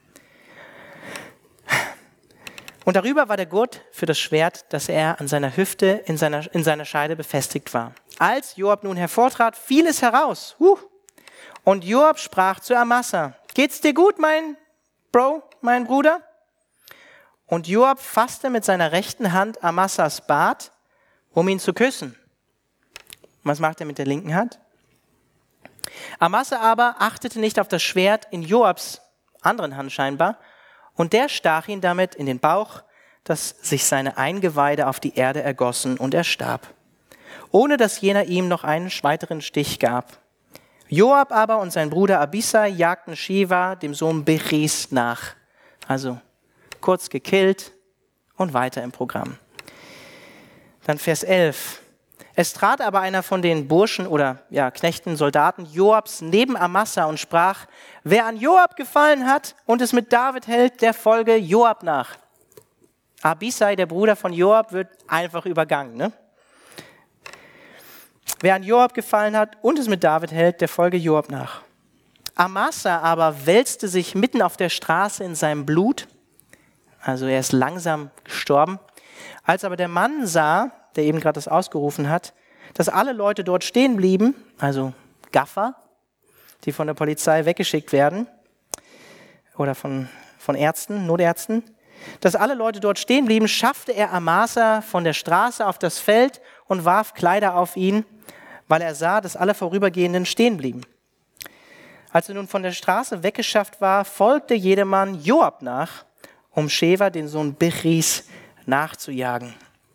Und darüber war der Gurt für das Schwert, das er an seiner Hüfte in seiner Scheide befestigt war. Als Joab nun hervortrat, fiel es heraus. Und Joab sprach zu Amasa: Geht's dir gut, mein Bruder? Und Joab fasste mit seiner rechten Hand Amasas Bart, um ihn zu küssen. Was macht er mit der linken Hand? Amasa aber achtete nicht auf das Schwert in Joabs anderen Hand scheinbar, und der stach ihn damit in den Bauch, dass sich seine Eingeweide auf die Erde ergossen, und er starb, ohne dass jener ihm noch einen weiteren Stich gab. Joab aber und sein Bruder Abisai jagten Sheva, dem Sohn Bichris, nach. Also kurz gekillt und weiter im Programm. Dann Vers 11. Es trat aber einer von den Burschen oder Knechten, Soldaten Joabs neben Amasa und sprach: Wer an Joab gefallen hat und es mit David hält, der folge Joab nach. Abisai, der Bruder von Joab, wird einfach übergangen. Ne? Wer an Joab gefallen hat und es mit David hält, der folge Joab nach. Amasa aber wälzte sich mitten auf der Straße in seinem Blut, also er ist langsam gestorben. Als aber der Mann sah, der eben gerade das ausgerufen hat, dass alle Leute dort stehen blieben, also Gaffer, die von der Polizei weggeschickt werden oder von Ärzten, Notärzten, dass alle Leute dort stehen blieben, schaffte er Amasa von der Straße auf das Feld und warf Kleider auf ihn, weil er sah, dass alle Vorübergehenden stehen blieben. Als er nun von der Straße weggeschafft war, folgte jedermann Joab nach, um Sheva, den Sohn Bichris, nachzujagen.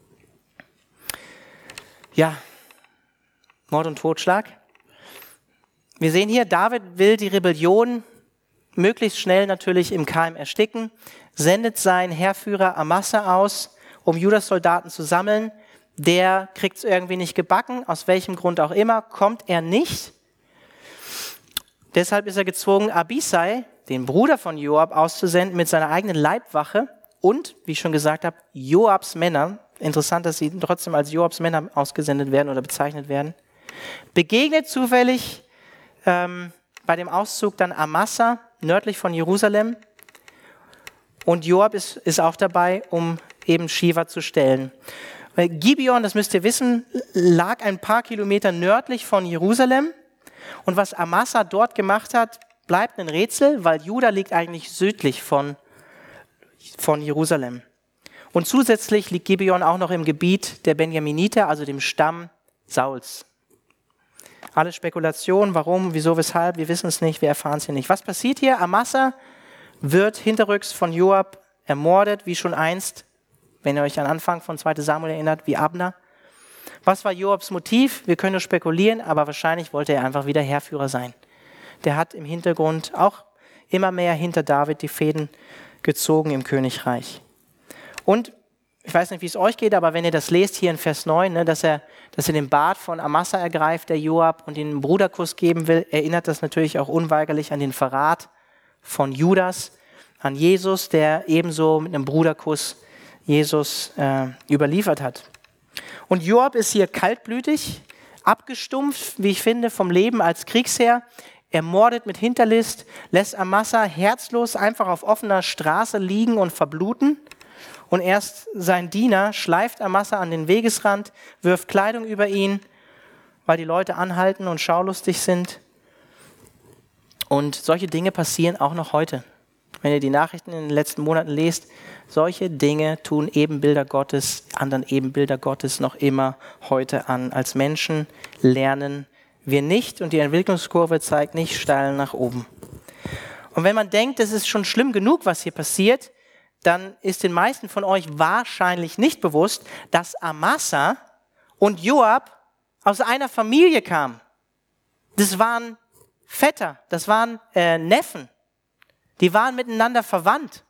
Ja, Mord und Totschlag. Wir sehen hier, David will die Rebellion möglichst schnell natürlich im Keim ersticken, sendet seinen Heerführer Amasa aus, um Judas Soldaten zu sammeln. Der kriegt es irgendwie nicht gebacken, aus welchem Grund auch immer, kommt er nicht. Deshalb ist er gezwungen, Abisai, den Bruder von Joab, auszusenden mit seiner eigenen Leibwache und, wie ich schon gesagt habe, Joabs Männer. Interessant, dass sie trotzdem als Joabs Männer ausgesendet werden oder bezeichnet werden. Begegnet zufällig bei dem Auszug dann Amasa, nördlich von Jerusalem. Und Joab ist auch dabei, um eben Shiva zu stellen. Gibeon, das müsst ihr wissen, lag ein paar Kilometer nördlich von Jerusalem. Und was Amasa dort gemacht hat, bleibt ein Rätsel, weil Juda liegt eigentlich südlich von Jerusalem. Und zusätzlich liegt Gibeon auch noch im Gebiet der Benjaminiter, also dem Stamm Sauls. Alle Spekulationen, warum, wieso, weshalb, wir wissen es nicht, wir erfahren es hier nicht. Was passiert hier? Amasa wird hinterrücks von Joab ermordet, wie schon einst, wenn ihr euch an Anfang von 2. Samuel erinnert, wie Abner. Was war Joabs Motiv? Wir können nur spekulieren, aber wahrscheinlich wollte er einfach wieder Heerführer sein. Der hat im Hintergrund auch immer mehr hinter David die Fäden gezogen im Königreich. Und ich weiß nicht, wie es euch geht, aber wenn ihr das lest hier in Vers 9, ne, dass er den Bart von Amasa ergreift, der Joab, und ihm einen Bruderkuss geben will, erinnert das natürlich auch unweigerlich an den Verrat von Judas, an Jesus, der ebenso mit einem Bruderkuss Jesus überliefert hat. Und Joab ist hier kaltblütig, abgestumpft, wie ich finde, vom Leben als Kriegsherr. Er mordet mit Hinterlist, lässt Amasa herzlos einfach auf offener Straße liegen und verbluten. Und erst sein Diener schleift Amasa an den Wegesrand, wirft Kleidung über ihn, weil die Leute anhalten und schaulustig sind. Und solche Dinge passieren auch noch heute. Wenn ihr die Nachrichten in den letzten Monaten lest, solche Dinge tun Ebenbilder Gottes, anderen Ebenbilder Gottes noch immer heute an. Als Menschen lernen wir nicht und die Entwicklungskurve zeigt nicht steil nach oben. Und wenn man denkt, es ist schon schlimm genug, was hier passiert, dann ist den meisten von euch wahrscheinlich nicht bewusst, dass Amasa und Joab aus einer Familie kamen. Das waren Vetter, das waren Neffen. Die waren miteinander verwandt.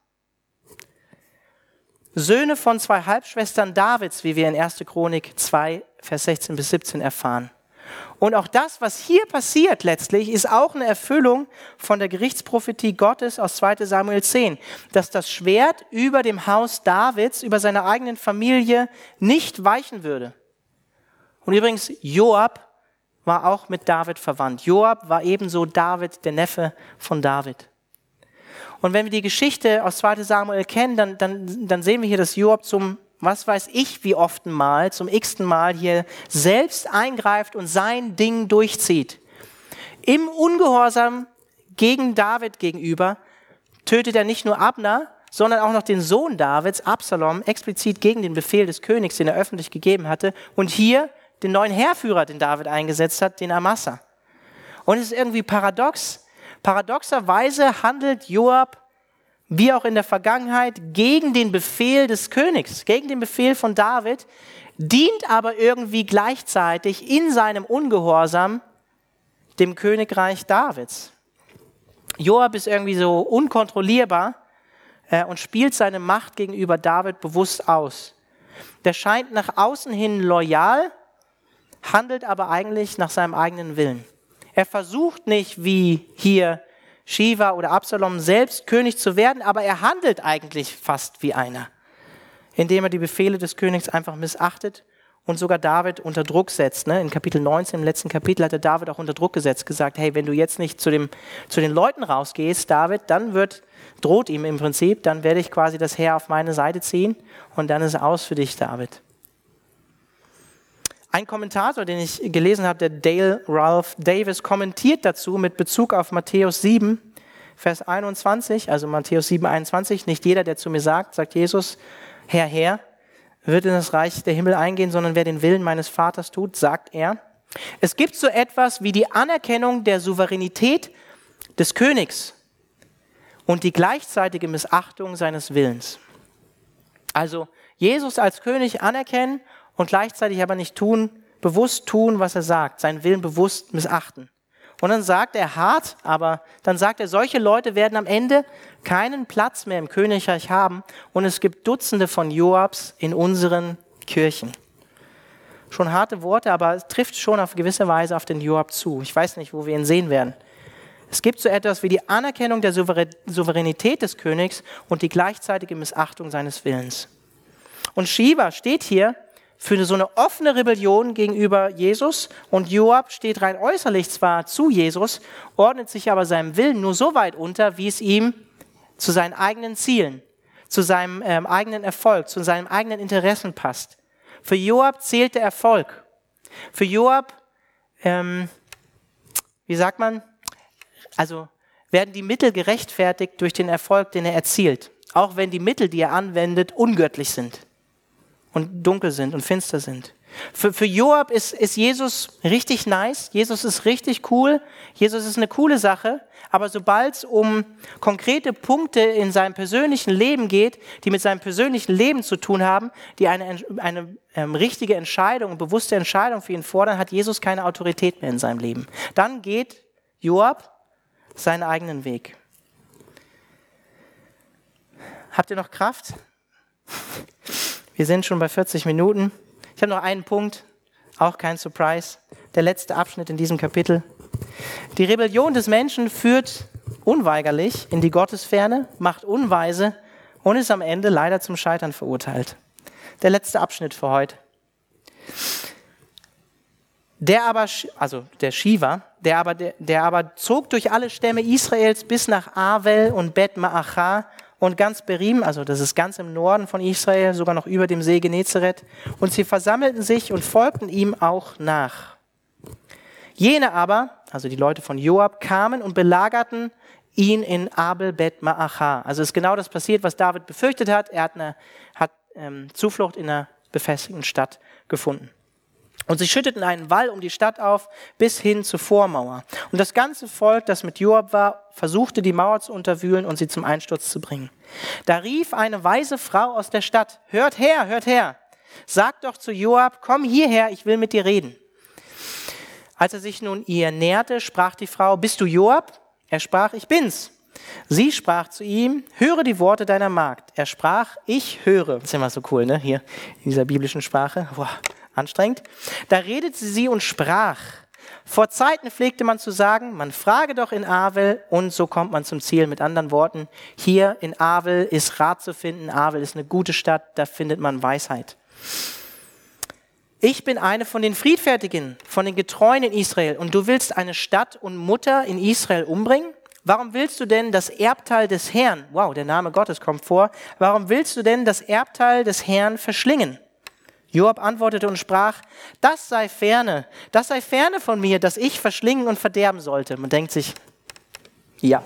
Söhne von 2 Halbschwestern Davids, wie wir in 1. Chronik 2, Vers 16 bis 17 erfahren. Und auch das, was hier passiert letztlich, ist auch eine Erfüllung von der Gerichtsprophetie Gottes aus 2. Samuel 10, dass das Schwert über dem Haus Davids, über seiner eigenen Familie nicht weichen würde. Und übrigens, Joab war auch mit David verwandt. Joab war ebenso David, der Neffe von David. Und wenn wir die Geschichte aus 2. Samuel kennen, dann sehen wir hier, dass Joab zum, was weiß ich wie oft mal, zum x-ten Mal hier selbst eingreift und sein Ding durchzieht. Im Ungehorsam gegen David gegenüber tötet er nicht nur Abner, sondern auch noch den Sohn Davids, Absalom, explizit gegen den Befehl des Königs, den er öffentlich gegeben hatte. Und hier den neuen Heerführer, den David eingesetzt hat, den Amasa. Und es ist irgendwie paradox. Paradoxerweise handelt Joab, wie auch in der Vergangenheit, gegen den Befehl des Königs, gegen den Befehl von David, dient aber irgendwie gleichzeitig in seinem Ungehorsam dem Königreich Davids. Joab ist irgendwie so unkontrollierbar und spielt seine Macht gegenüber David bewusst aus. Der scheint nach außen hin loyal, handelt aber eigentlich nach seinem eigenen Willen. Er versucht nicht, wie hier Shiva oder Absalom, selbst König zu werden, aber er handelt eigentlich fast wie einer, indem er die Befehle des Königs einfach missachtet und sogar David unter Druck setzt. In Kapitel 19, im letzten Kapitel, hat er David auch unter Druck gesetzt, gesagt, hey, wenn du jetzt nicht zu den Leuten rausgehst, David, dann droht ihm im Prinzip, dann werde ich quasi das Heer auf meine Seite ziehen und dann ist es aus für dich, David. Ein Kommentator, den ich gelesen habe, der Dale Ralph Davis, kommentiert dazu mit Bezug auf Matthäus 7, Vers 21, also Matthäus 7, 21, nicht jeder, der zu mir sagt Jesus, Herr, Herr, wird in das Reich der Himmel eingehen, sondern wer den Willen meines Vaters tut, sagt er. Es gibt so etwas wie die Anerkennung der Souveränität des Königs und die gleichzeitige Missachtung seines Willens. Also Jesus als König anerkennen und gleichzeitig aber nicht bewusst tun, was er sagt, seinen Willen bewusst missachten. Und dann sagt er hart, aber dann sagt er, solche Leute werden am Ende keinen Platz mehr im Königreich haben und es gibt Dutzende von Joabs in unseren Kirchen. Schon harte Worte, aber es trifft schon auf gewisse Weise auf den Joab zu. Ich weiß nicht, wo wir ihn sehen werden. Es gibt so etwas wie die Anerkennung der Souveränität des Königs und die gleichzeitige Missachtung seines Willens. Und Shiva steht hier für so eine offene Rebellion gegenüber Jesus und Joab steht rein äußerlich zwar zu Jesus, ordnet sich aber seinem Willen nur so weit unter, wie es ihm zu seinen eigenen Zielen, zu seinem eigenen Erfolg, zu seinen eigenen Interessen passt. Für Joab zählt der Erfolg. Für Joab, werden die Mittel gerechtfertigt durch den Erfolg, den er erzielt, auch wenn die Mittel, die er anwendet, ungöttlich sind und dunkel sind und finster sind. Für Joab ist Jesus richtig nice, Jesus ist richtig cool, Jesus ist eine coole Sache, aber sobald es um konkrete Punkte in seinem persönlichen Leben geht, die mit seinem persönlichen Leben zu tun haben, die eine richtige Entscheidung, bewusste Entscheidung für ihn fordern, hat Jesus keine Autorität mehr in seinem Leben. Dann geht Joab seinen eigenen Weg. Habt ihr noch Kraft? Wir sind schon bei 40 Minuten. Ich habe noch einen Punkt, auch kein Surprise. Der letzte Abschnitt in diesem Kapitel. Die Rebellion des Menschen führt unweigerlich in die Gottesferne, macht unweise und ist am Ende leider zum Scheitern verurteilt. Der letzte Abschnitt für heute. Der Shiva, der aber zog durch alle Stämme Israels bis nach Avel und Bet Ma'achah und ganz Berim, also das ist ganz im Norden von Israel, sogar noch über dem See Genezareth. Und sie versammelten sich und folgten ihm auch nach. Jene aber, also die Leute von Joab, kamen und belagerten ihn in Abel Bet Ma'achah. Also ist genau das passiert, was David befürchtet hat. Er hat Zuflucht in einer befestigten Stadt gefunden. Und sie schütteten einen Wall um die Stadt auf, bis hin zur Vormauer. Und das ganze Volk, das mit Joab war, versuchte die Mauer zu unterwühlen und sie zum Einsturz zu bringen. Da rief eine weise Frau aus der Stadt, hört her, sagt doch zu Joab, komm hierher, ich will mit dir reden. Als er sich nun ihr näherte, sprach die Frau, bist du Joab? Er sprach, ich bin's. Sie sprach zu ihm, höre die Worte deiner Magd. Er sprach, ich höre. Das ist immer so cool, ne? Hier in dieser biblischen Sprache. Boah, anstrengend. Da redete sie und sprach. Vor Zeiten pflegte man zu sagen, man frage doch in Avel und so kommt man zum Ziel. Mit anderen Worten, hier in Avel ist Rat zu finden. Avel ist eine gute Stadt, da findet man Weisheit. Ich bin eine von den Friedfertigen, von den Getreuen in Israel und du willst eine Stadt und Mutter in Israel umbringen? Warum willst du denn das Erbteil des Herrn, wow, der Name Gottes kommt vor, warum willst du denn das Erbteil des Herrn verschlingen? Joab antwortete und sprach, das sei ferne von mir, dass ich verschlingen und verderben sollte. Man denkt sich, ja,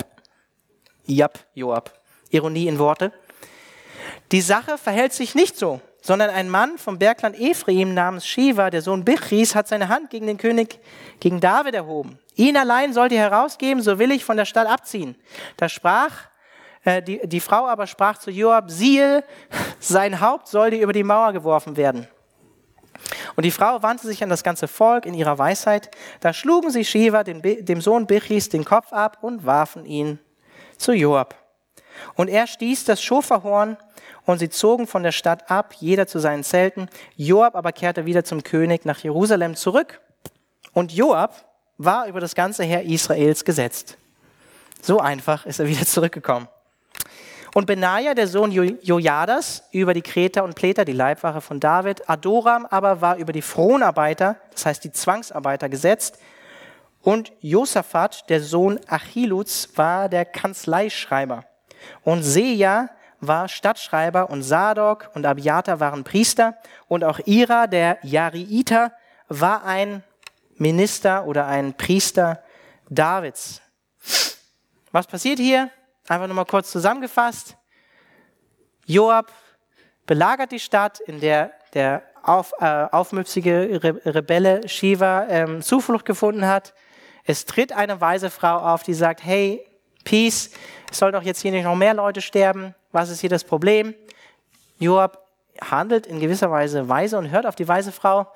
Joab, Ironie in Worte. Die Sache verhält sich nicht so, sondern ein Mann vom Bergland Ephraim namens Shiva, der Sohn Bichris, hat seine Hand gegen den König, gegen David erhoben. Ihn allein sollt ihr herausgeben, so will ich von der Stadt abziehen. Da sprach die Frau aber sprach zu Joab, siehe, sein Haupt soll dir über die Mauer geworfen werden. Und die Frau wandte sich an das ganze Volk in ihrer Weisheit. Da schlugen sie Shiva, dem Sohn Bichris, den Kopf ab und warfen ihn zu Joab. Und er stieß das Schoferhorn und sie zogen von der Stadt ab, jeder zu seinen Zelten. Joab aber kehrte wieder zum König nach Jerusalem zurück. Und Joab war über das ganze Heer Israels gesetzt. So einfach ist er wieder zurückgekommen. Und Benaja, der Sohn Jojadas, über die Kreter und Pleter, die Leibwache von David. Adoram aber war über die Fronarbeiter, das heißt die Zwangsarbeiter, gesetzt. Und Josaphat, der Sohn Achiluds, war der Kanzleischreiber. Und Seja war Stadtschreiber und Sadok und Abiathar waren Priester. Und auch Ira, der Jariiter, war ein Minister oder ein Priester Davids. Was passiert hier? Einfach nur mal kurz zusammengefasst. Joab belagert die Stadt, in der der aufmüpfige Rebelle Shiva Zuflucht gefunden hat. Es tritt eine weise Frau auf, die sagt, hey, Peace, es soll doch jetzt hier nicht noch mehr Leute sterben. Was ist hier das Problem? Joab handelt in gewisser Weise weise und hört auf die weise Frau.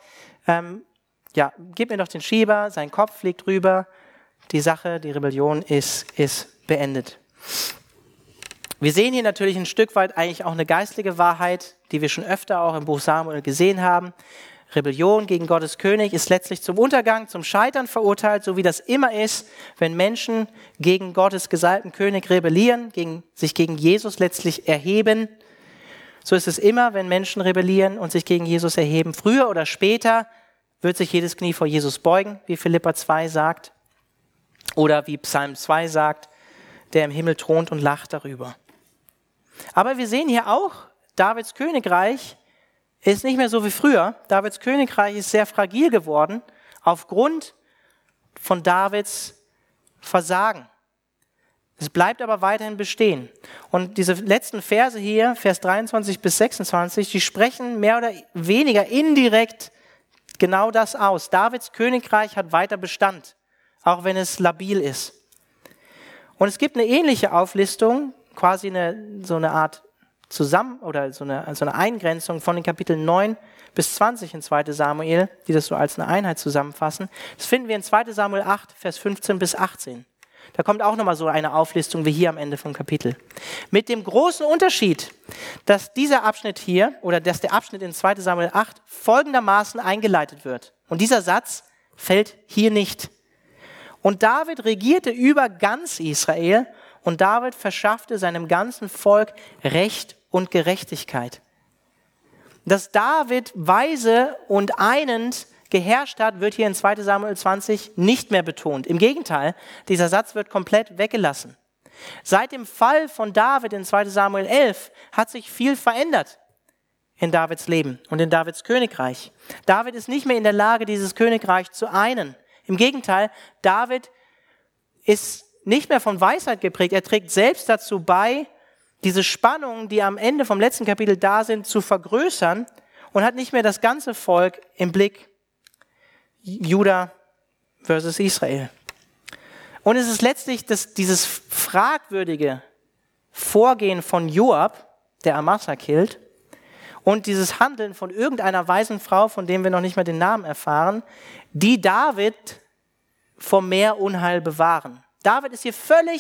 Gib mir doch den Schieber, sein Kopf fliegt rüber. Die Sache, die Rebellion ist beendet. Wir sehen hier natürlich ein Stück weit eigentlich auch eine geistliche Wahrheit, die wir schon öfter auch im Buch Samuel gesehen haben. Rebellion gegen Gottes König ist letztlich zum Untergang, zum Scheitern verurteilt, so wie das immer ist, wenn Menschen gegen Gottes gesalbten König rebellieren, sich gegen Jesus letztlich erheben. So ist es immer, wenn Menschen rebellieren und sich gegen Jesus erheben. Früher oder später wird sich jedes Knie vor Jesus beugen, wie Philipper 2 sagt, oder wie Psalm 2 sagt, der im Himmel thront und lacht darüber. Aber wir sehen hier auch, Davids Königreich ist nicht mehr so wie früher. Davids Königreich ist sehr fragil geworden aufgrund von Davids Versagen. Es bleibt aber weiterhin bestehen. Und diese letzten Verse hier, Vers 23 bis 26, die sprechen mehr oder weniger indirekt genau das aus. Davids Königreich hat weiter Bestand, auch wenn es labil ist. Und es gibt eine ähnliche Auflistung, quasi so eine Art so eine Eingrenzung von den Kapiteln 9 bis 20 in 2. Samuel, die das so als eine Einheit zusammenfassen. Das finden wir in 2. Samuel 8, Vers 15 bis 18. Da kommt auch nochmal so eine Auflistung wie hier am Ende vom Kapitel. Mit dem großen Unterschied, dass dieser Abschnitt hier, oder dass der Abschnitt in 2. Samuel 8 folgendermaßen eingeleitet wird. Und dieser Satz fällt hier nicht. Und David regierte über ganz Israel und David verschaffte seinem ganzen Volk Recht und Gerechtigkeit. Dass David weise und einend geherrscht hat, wird hier in 2. Samuel 20 nicht mehr betont. Im Gegenteil, dieser Satz wird komplett weggelassen. Seit dem Fall von David in 2. Samuel 11 hat sich viel verändert in Davids Leben und in Davids Königreich. David ist nicht mehr in der Lage, dieses Königreich zu einen. Im Gegenteil, David ist nicht mehr von Weisheit geprägt. Er trägt selbst dazu bei, diese Spannungen, die am Ende vom letzten Kapitel da sind, zu vergrößern und hat nicht mehr das ganze Volk im Blick. Juda versus Israel. Und es ist letztlich dieses fragwürdige Vorgehen von Joab, der Amasa killt, und dieses Handeln von irgendeiner weisen Frau, von dem wir noch nicht mal den Namen erfahren, die David vor mehr Unheil bewahren. David ist hier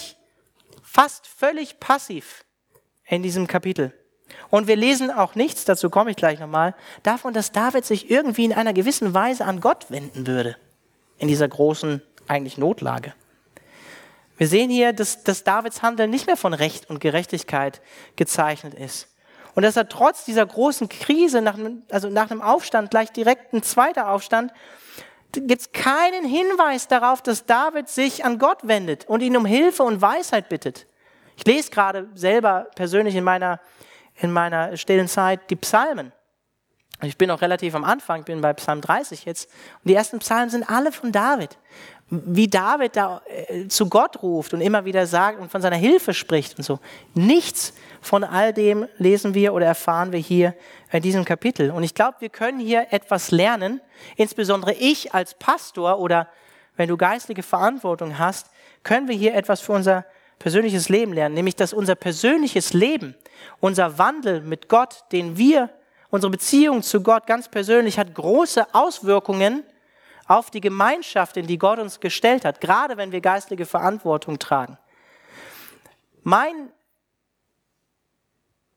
fast völlig passiv in diesem Kapitel. Und wir lesen auch nichts, dazu komme ich gleich nochmal, davon, dass David sich irgendwie in einer gewissen Weise an Gott wenden würde, in dieser großen, eigentlich Notlage. Wir sehen hier, dass Davids Handeln nicht mehr von Recht und Gerechtigkeit gezeichnet ist. Und dass er trotz dieser großen Krise, nach einem Aufstand, gleich direkt ein zweiter Aufstand, gibt es keinen Hinweis darauf, dass David sich an Gott wendet und ihn um Hilfe und Weisheit bittet. Ich lese gerade selber persönlich in meiner stillen Zeit die Psalmen. Ich bin auch relativ am Anfang, bin bei Psalm 30 jetzt. Und die ersten Psalmen sind alle von David. Wie David da zu Gott ruft und immer wieder sagt und von seiner Hilfe spricht und so. Nichts von all dem lesen wir oder erfahren wir hier in diesem Kapitel. Und ich glaube, wir können hier etwas lernen, insbesondere ich als Pastor oder wenn du geistliche Verantwortung hast, können wir hier etwas für unser persönliches Leben lernen, nämlich dass unser persönliches Leben, unser Wandel mit Gott, unsere Beziehung zu Gott ganz persönlich hat große Auswirkungen auf die Gemeinschaft, in die Gott uns gestellt hat, gerade wenn wir geistliche Verantwortung tragen. Mein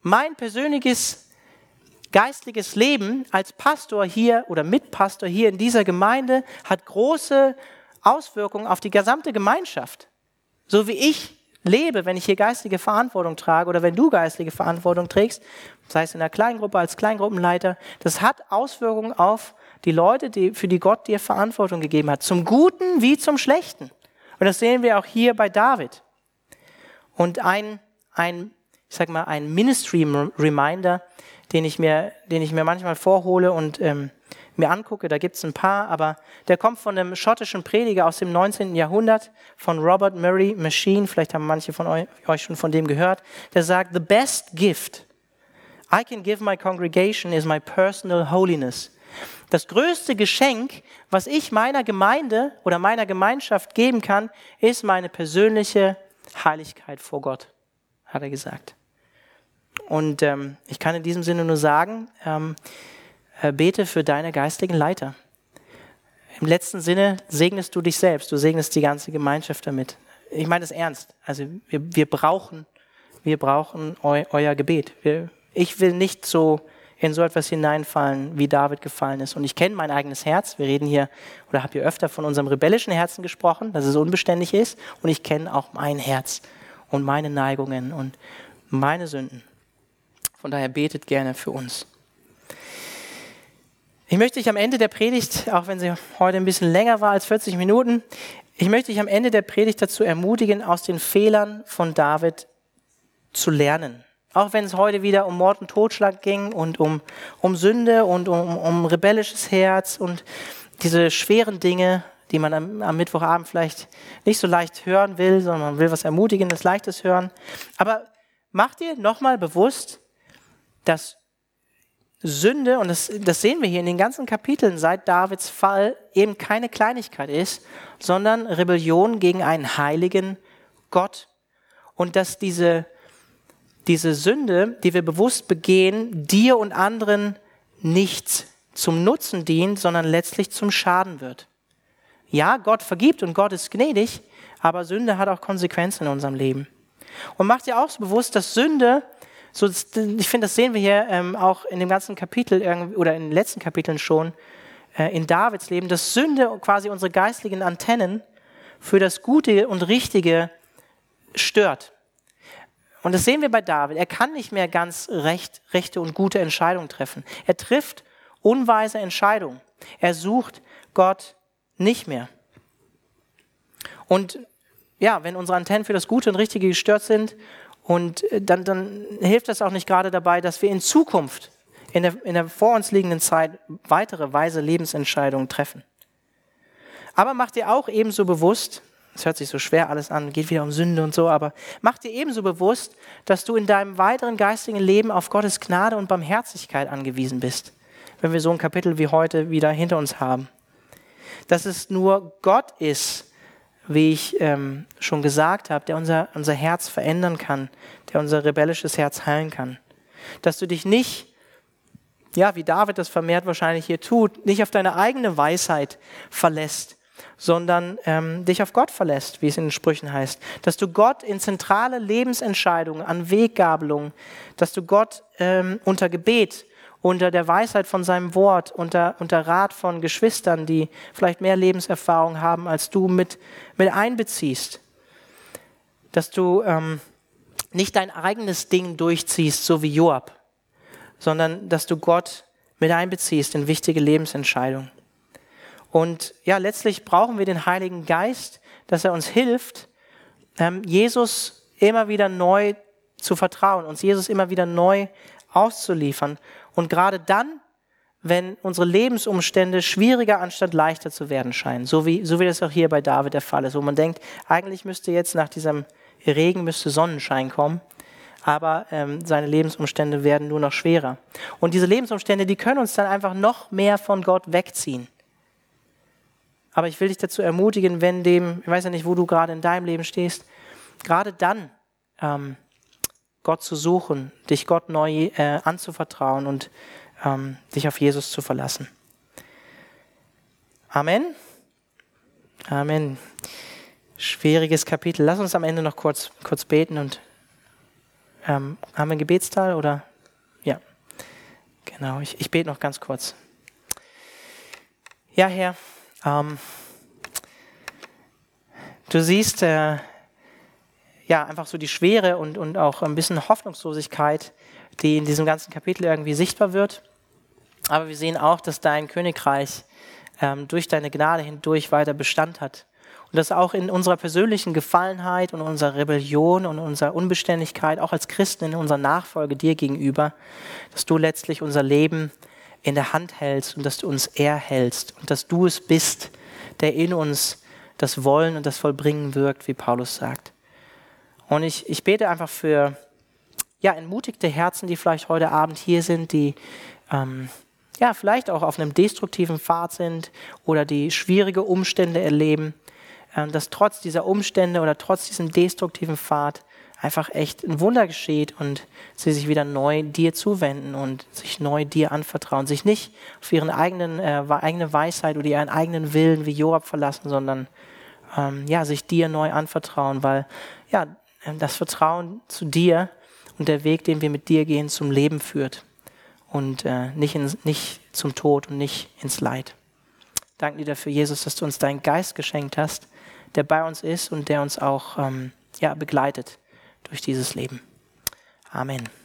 mein persönliches geistliches Leben als Pastor hier oder Mitpastor hier in dieser Gemeinde hat große Auswirkungen auf die gesamte Gemeinschaft. So wie ich lebe, wenn ich hier geistliche Verantwortung trage oder wenn du geistliche Verantwortung trägst, sei es in der Kleingruppe als Kleingruppenleiter, das hat Auswirkungen auf die Leute, für die Gott dir Verantwortung gegeben hat, zum Guten wie zum Schlechten. Und das sehen wir auch hier bei David. Und ein Ministry Reminder, den ich mir manchmal vorhole und mir angucke, da gibt es ein paar, aber der kommt von einem schottischen Prediger aus dem 19. Jahrhundert, von Robert Murray M'Cheyne, vielleicht haben manche von euch schon von dem gehört, der sagt, the best gift I can give my congregation is my personal holiness. Das größte Geschenk, was ich meiner Gemeinde oder meiner Gemeinschaft geben kann, ist meine persönliche Heiligkeit vor Gott, hat er gesagt. Und ich kann in diesem Sinne nur sagen, bete für deine geistigen Leiter. Im letzten Sinne segnest du dich selbst, du segnest die ganze Gemeinschaft damit. Ich meine das ernst. Also wir brauchen euer Gebet. Ich will nicht so in so etwas hineinfallen, wie David gefallen ist. Und ich kenne mein eigenes Herz. Wir reden hier, oder habe hier öfter von unserem rebellischen Herzen gesprochen, dass es unbeständig ist. Und ich kenne auch mein Herz und meine Neigungen und meine Sünden. Von daher betet gerne für uns. Ich möchte dich am Ende der Predigt, auch wenn sie heute ein bisschen länger war als 40 Minuten, ich möchte dich am Ende der Predigt dazu ermutigen, aus den Fehlern von David zu lernen. Auch wenn es heute wieder um Mord und Totschlag ging und um Sünde und um rebellisches Herz und diese schweren Dinge, die man am Mittwochabend vielleicht nicht so leicht hören will, sondern man will was Ermutigendes, Leichtes hören. Aber mach dir nochmal bewusst, dass Sünde, und das sehen wir hier in den ganzen Kapiteln seit Davids Fall, eben keine Kleinigkeit ist, sondern Rebellion gegen einen heiligen Gott. Und dass diese Sünde, die wir bewusst begehen, dir und anderen nicht zum Nutzen dient, sondern letztlich zum Schaden wird. Ja, Gott vergibt und Gott ist gnädig, aber Sünde hat auch Konsequenzen in unserem Leben. Und mach dir auch so bewusst, dass Sünde, ich finde, das sehen wir hier auch in dem ganzen Kapitel oder in den letzten Kapiteln schon in Davids Leben, dass Sünde quasi unsere geistlichen Antennen für das Gute und Richtige stört. Und das sehen wir bei David. Er kann nicht mehr ganz rechte und gute Entscheidungen treffen. Er trifft unweise Entscheidungen. Er sucht Gott nicht mehr. Und ja, wenn unsere Antennen für das Gute und Richtige gestört sind, und dann hilft das auch nicht gerade dabei, dass wir in Zukunft, in der vor uns liegenden Zeit, weitere weise Lebensentscheidungen treffen. Aber mach dir auch ebenso bewusst, es hört sich so schwer alles an, geht wieder um Sünde und so, aber mach dir ebenso bewusst, dass du in deinem weiteren geistigen Leben auf Gottes Gnade und Barmherzigkeit angewiesen bist, wenn wir so ein Kapitel wie heute wieder hinter uns haben. Dass es nur Gott ist, wie ich schon gesagt habe, der unser Herz verändern kann, der unser rebellisches Herz heilen kann. Dass du dich nicht, ja, wie David das vermehrt wahrscheinlich hier tut, nicht auf deine eigene Weisheit verlässt, sondern dich auf Gott verlässt, wie es in den Sprüchen heißt. Dass du Gott in zentrale Lebensentscheidungen, an Weggabelungen, dass du Gott unter Gebet, unter der Weisheit von seinem Wort, unter Rat von Geschwistern, die vielleicht mehr Lebenserfahrung haben, als du mit einbeziehst. Dass du nicht dein eigenes Ding durchziehst, so wie Joab, sondern dass du Gott mit einbeziehst in wichtige Lebensentscheidungen. Und ja, letztlich brauchen wir den Heiligen Geist, dass er uns hilft, Jesus immer wieder neu zu vertrauen, uns Jesus immer wieder neu auszuliefern. Und gerade dann, wenn unsere Lebensumstände schwieriger anstatt leichter zu werden scheinen, so wie das auch hier bei David der Fall ist, wo man denkt, eigentlich müsste jetzt nach diesem Regen müsste Sonnenschein kommen, aber seine Lebensumstände werden nur noch schwerer. Und diese Lebensumstände, die können uns dann einfach noch mehr von Gott wegziehen. Aber ich will dich dazu ermutigen, ich weiß ja nicht, wo du gerade in deinem Leben stehst, gerade dann Gott zu suchen, dich Gott neu anzuvertrauen und dich auf Jesus zu verlassen. Amen. Amen. Schwieriges Kapitel. Lass uns am Ende noch kurz beten und haben wir einen Gebetsteil oder? Ja, genau. Ich bete noch ganz kurz. Ja, Herr, du siehst einfach so die Schwere und auch ein bisschen Hoffnungslosigkeit, die in diesem ganzen Kapitel irgendwie sichtbar wird. Aber wir sehen auch, dass dein Königreich durch deine Gnade hindurch weiter Bestand hat. Und dass auch in unserer persönlichen Gefallenheit und unserer Rebellion und unserer Unbeständigkeit, auch als Christen in unserer Nachfolge dir gegenüber, dass du letztlich unser Leben in der Hand hältst und dass du uns erhältst und dass du es bist, der in uns das Wollen und das Vollbringen wirkt, wie Paulus sagt. Und ich bete einfach für entmutigte Herzen, die vielleicht heute Abend hier sind, die vielleicht auch auf einem destruktiven Pfad sind oder die schwierige Umstände erleben, dass trotz dieser Umstände oder trotz diesem destruktiven Pfad einfach echt ein Wunder geschieht und sie sich wieder neu dir zuwenden und sich neu dir anvertrauen, sich nicht auf ihren eigene Weisheit oder ihren eigenen Willen wie Joab verlassen, sondern sich dir neu anvertrauen, weil das Vertrauen zu dir und der Weg, den wir mit dir gehen, zum Leben führt und nicht zum Tod und nicht ins Leid. Danke dir dafür, Jesus, dass du uns deinen Geist geschenkt hast, der bei uns ist und der uns auch begleitet durch dieses Leben. Amen.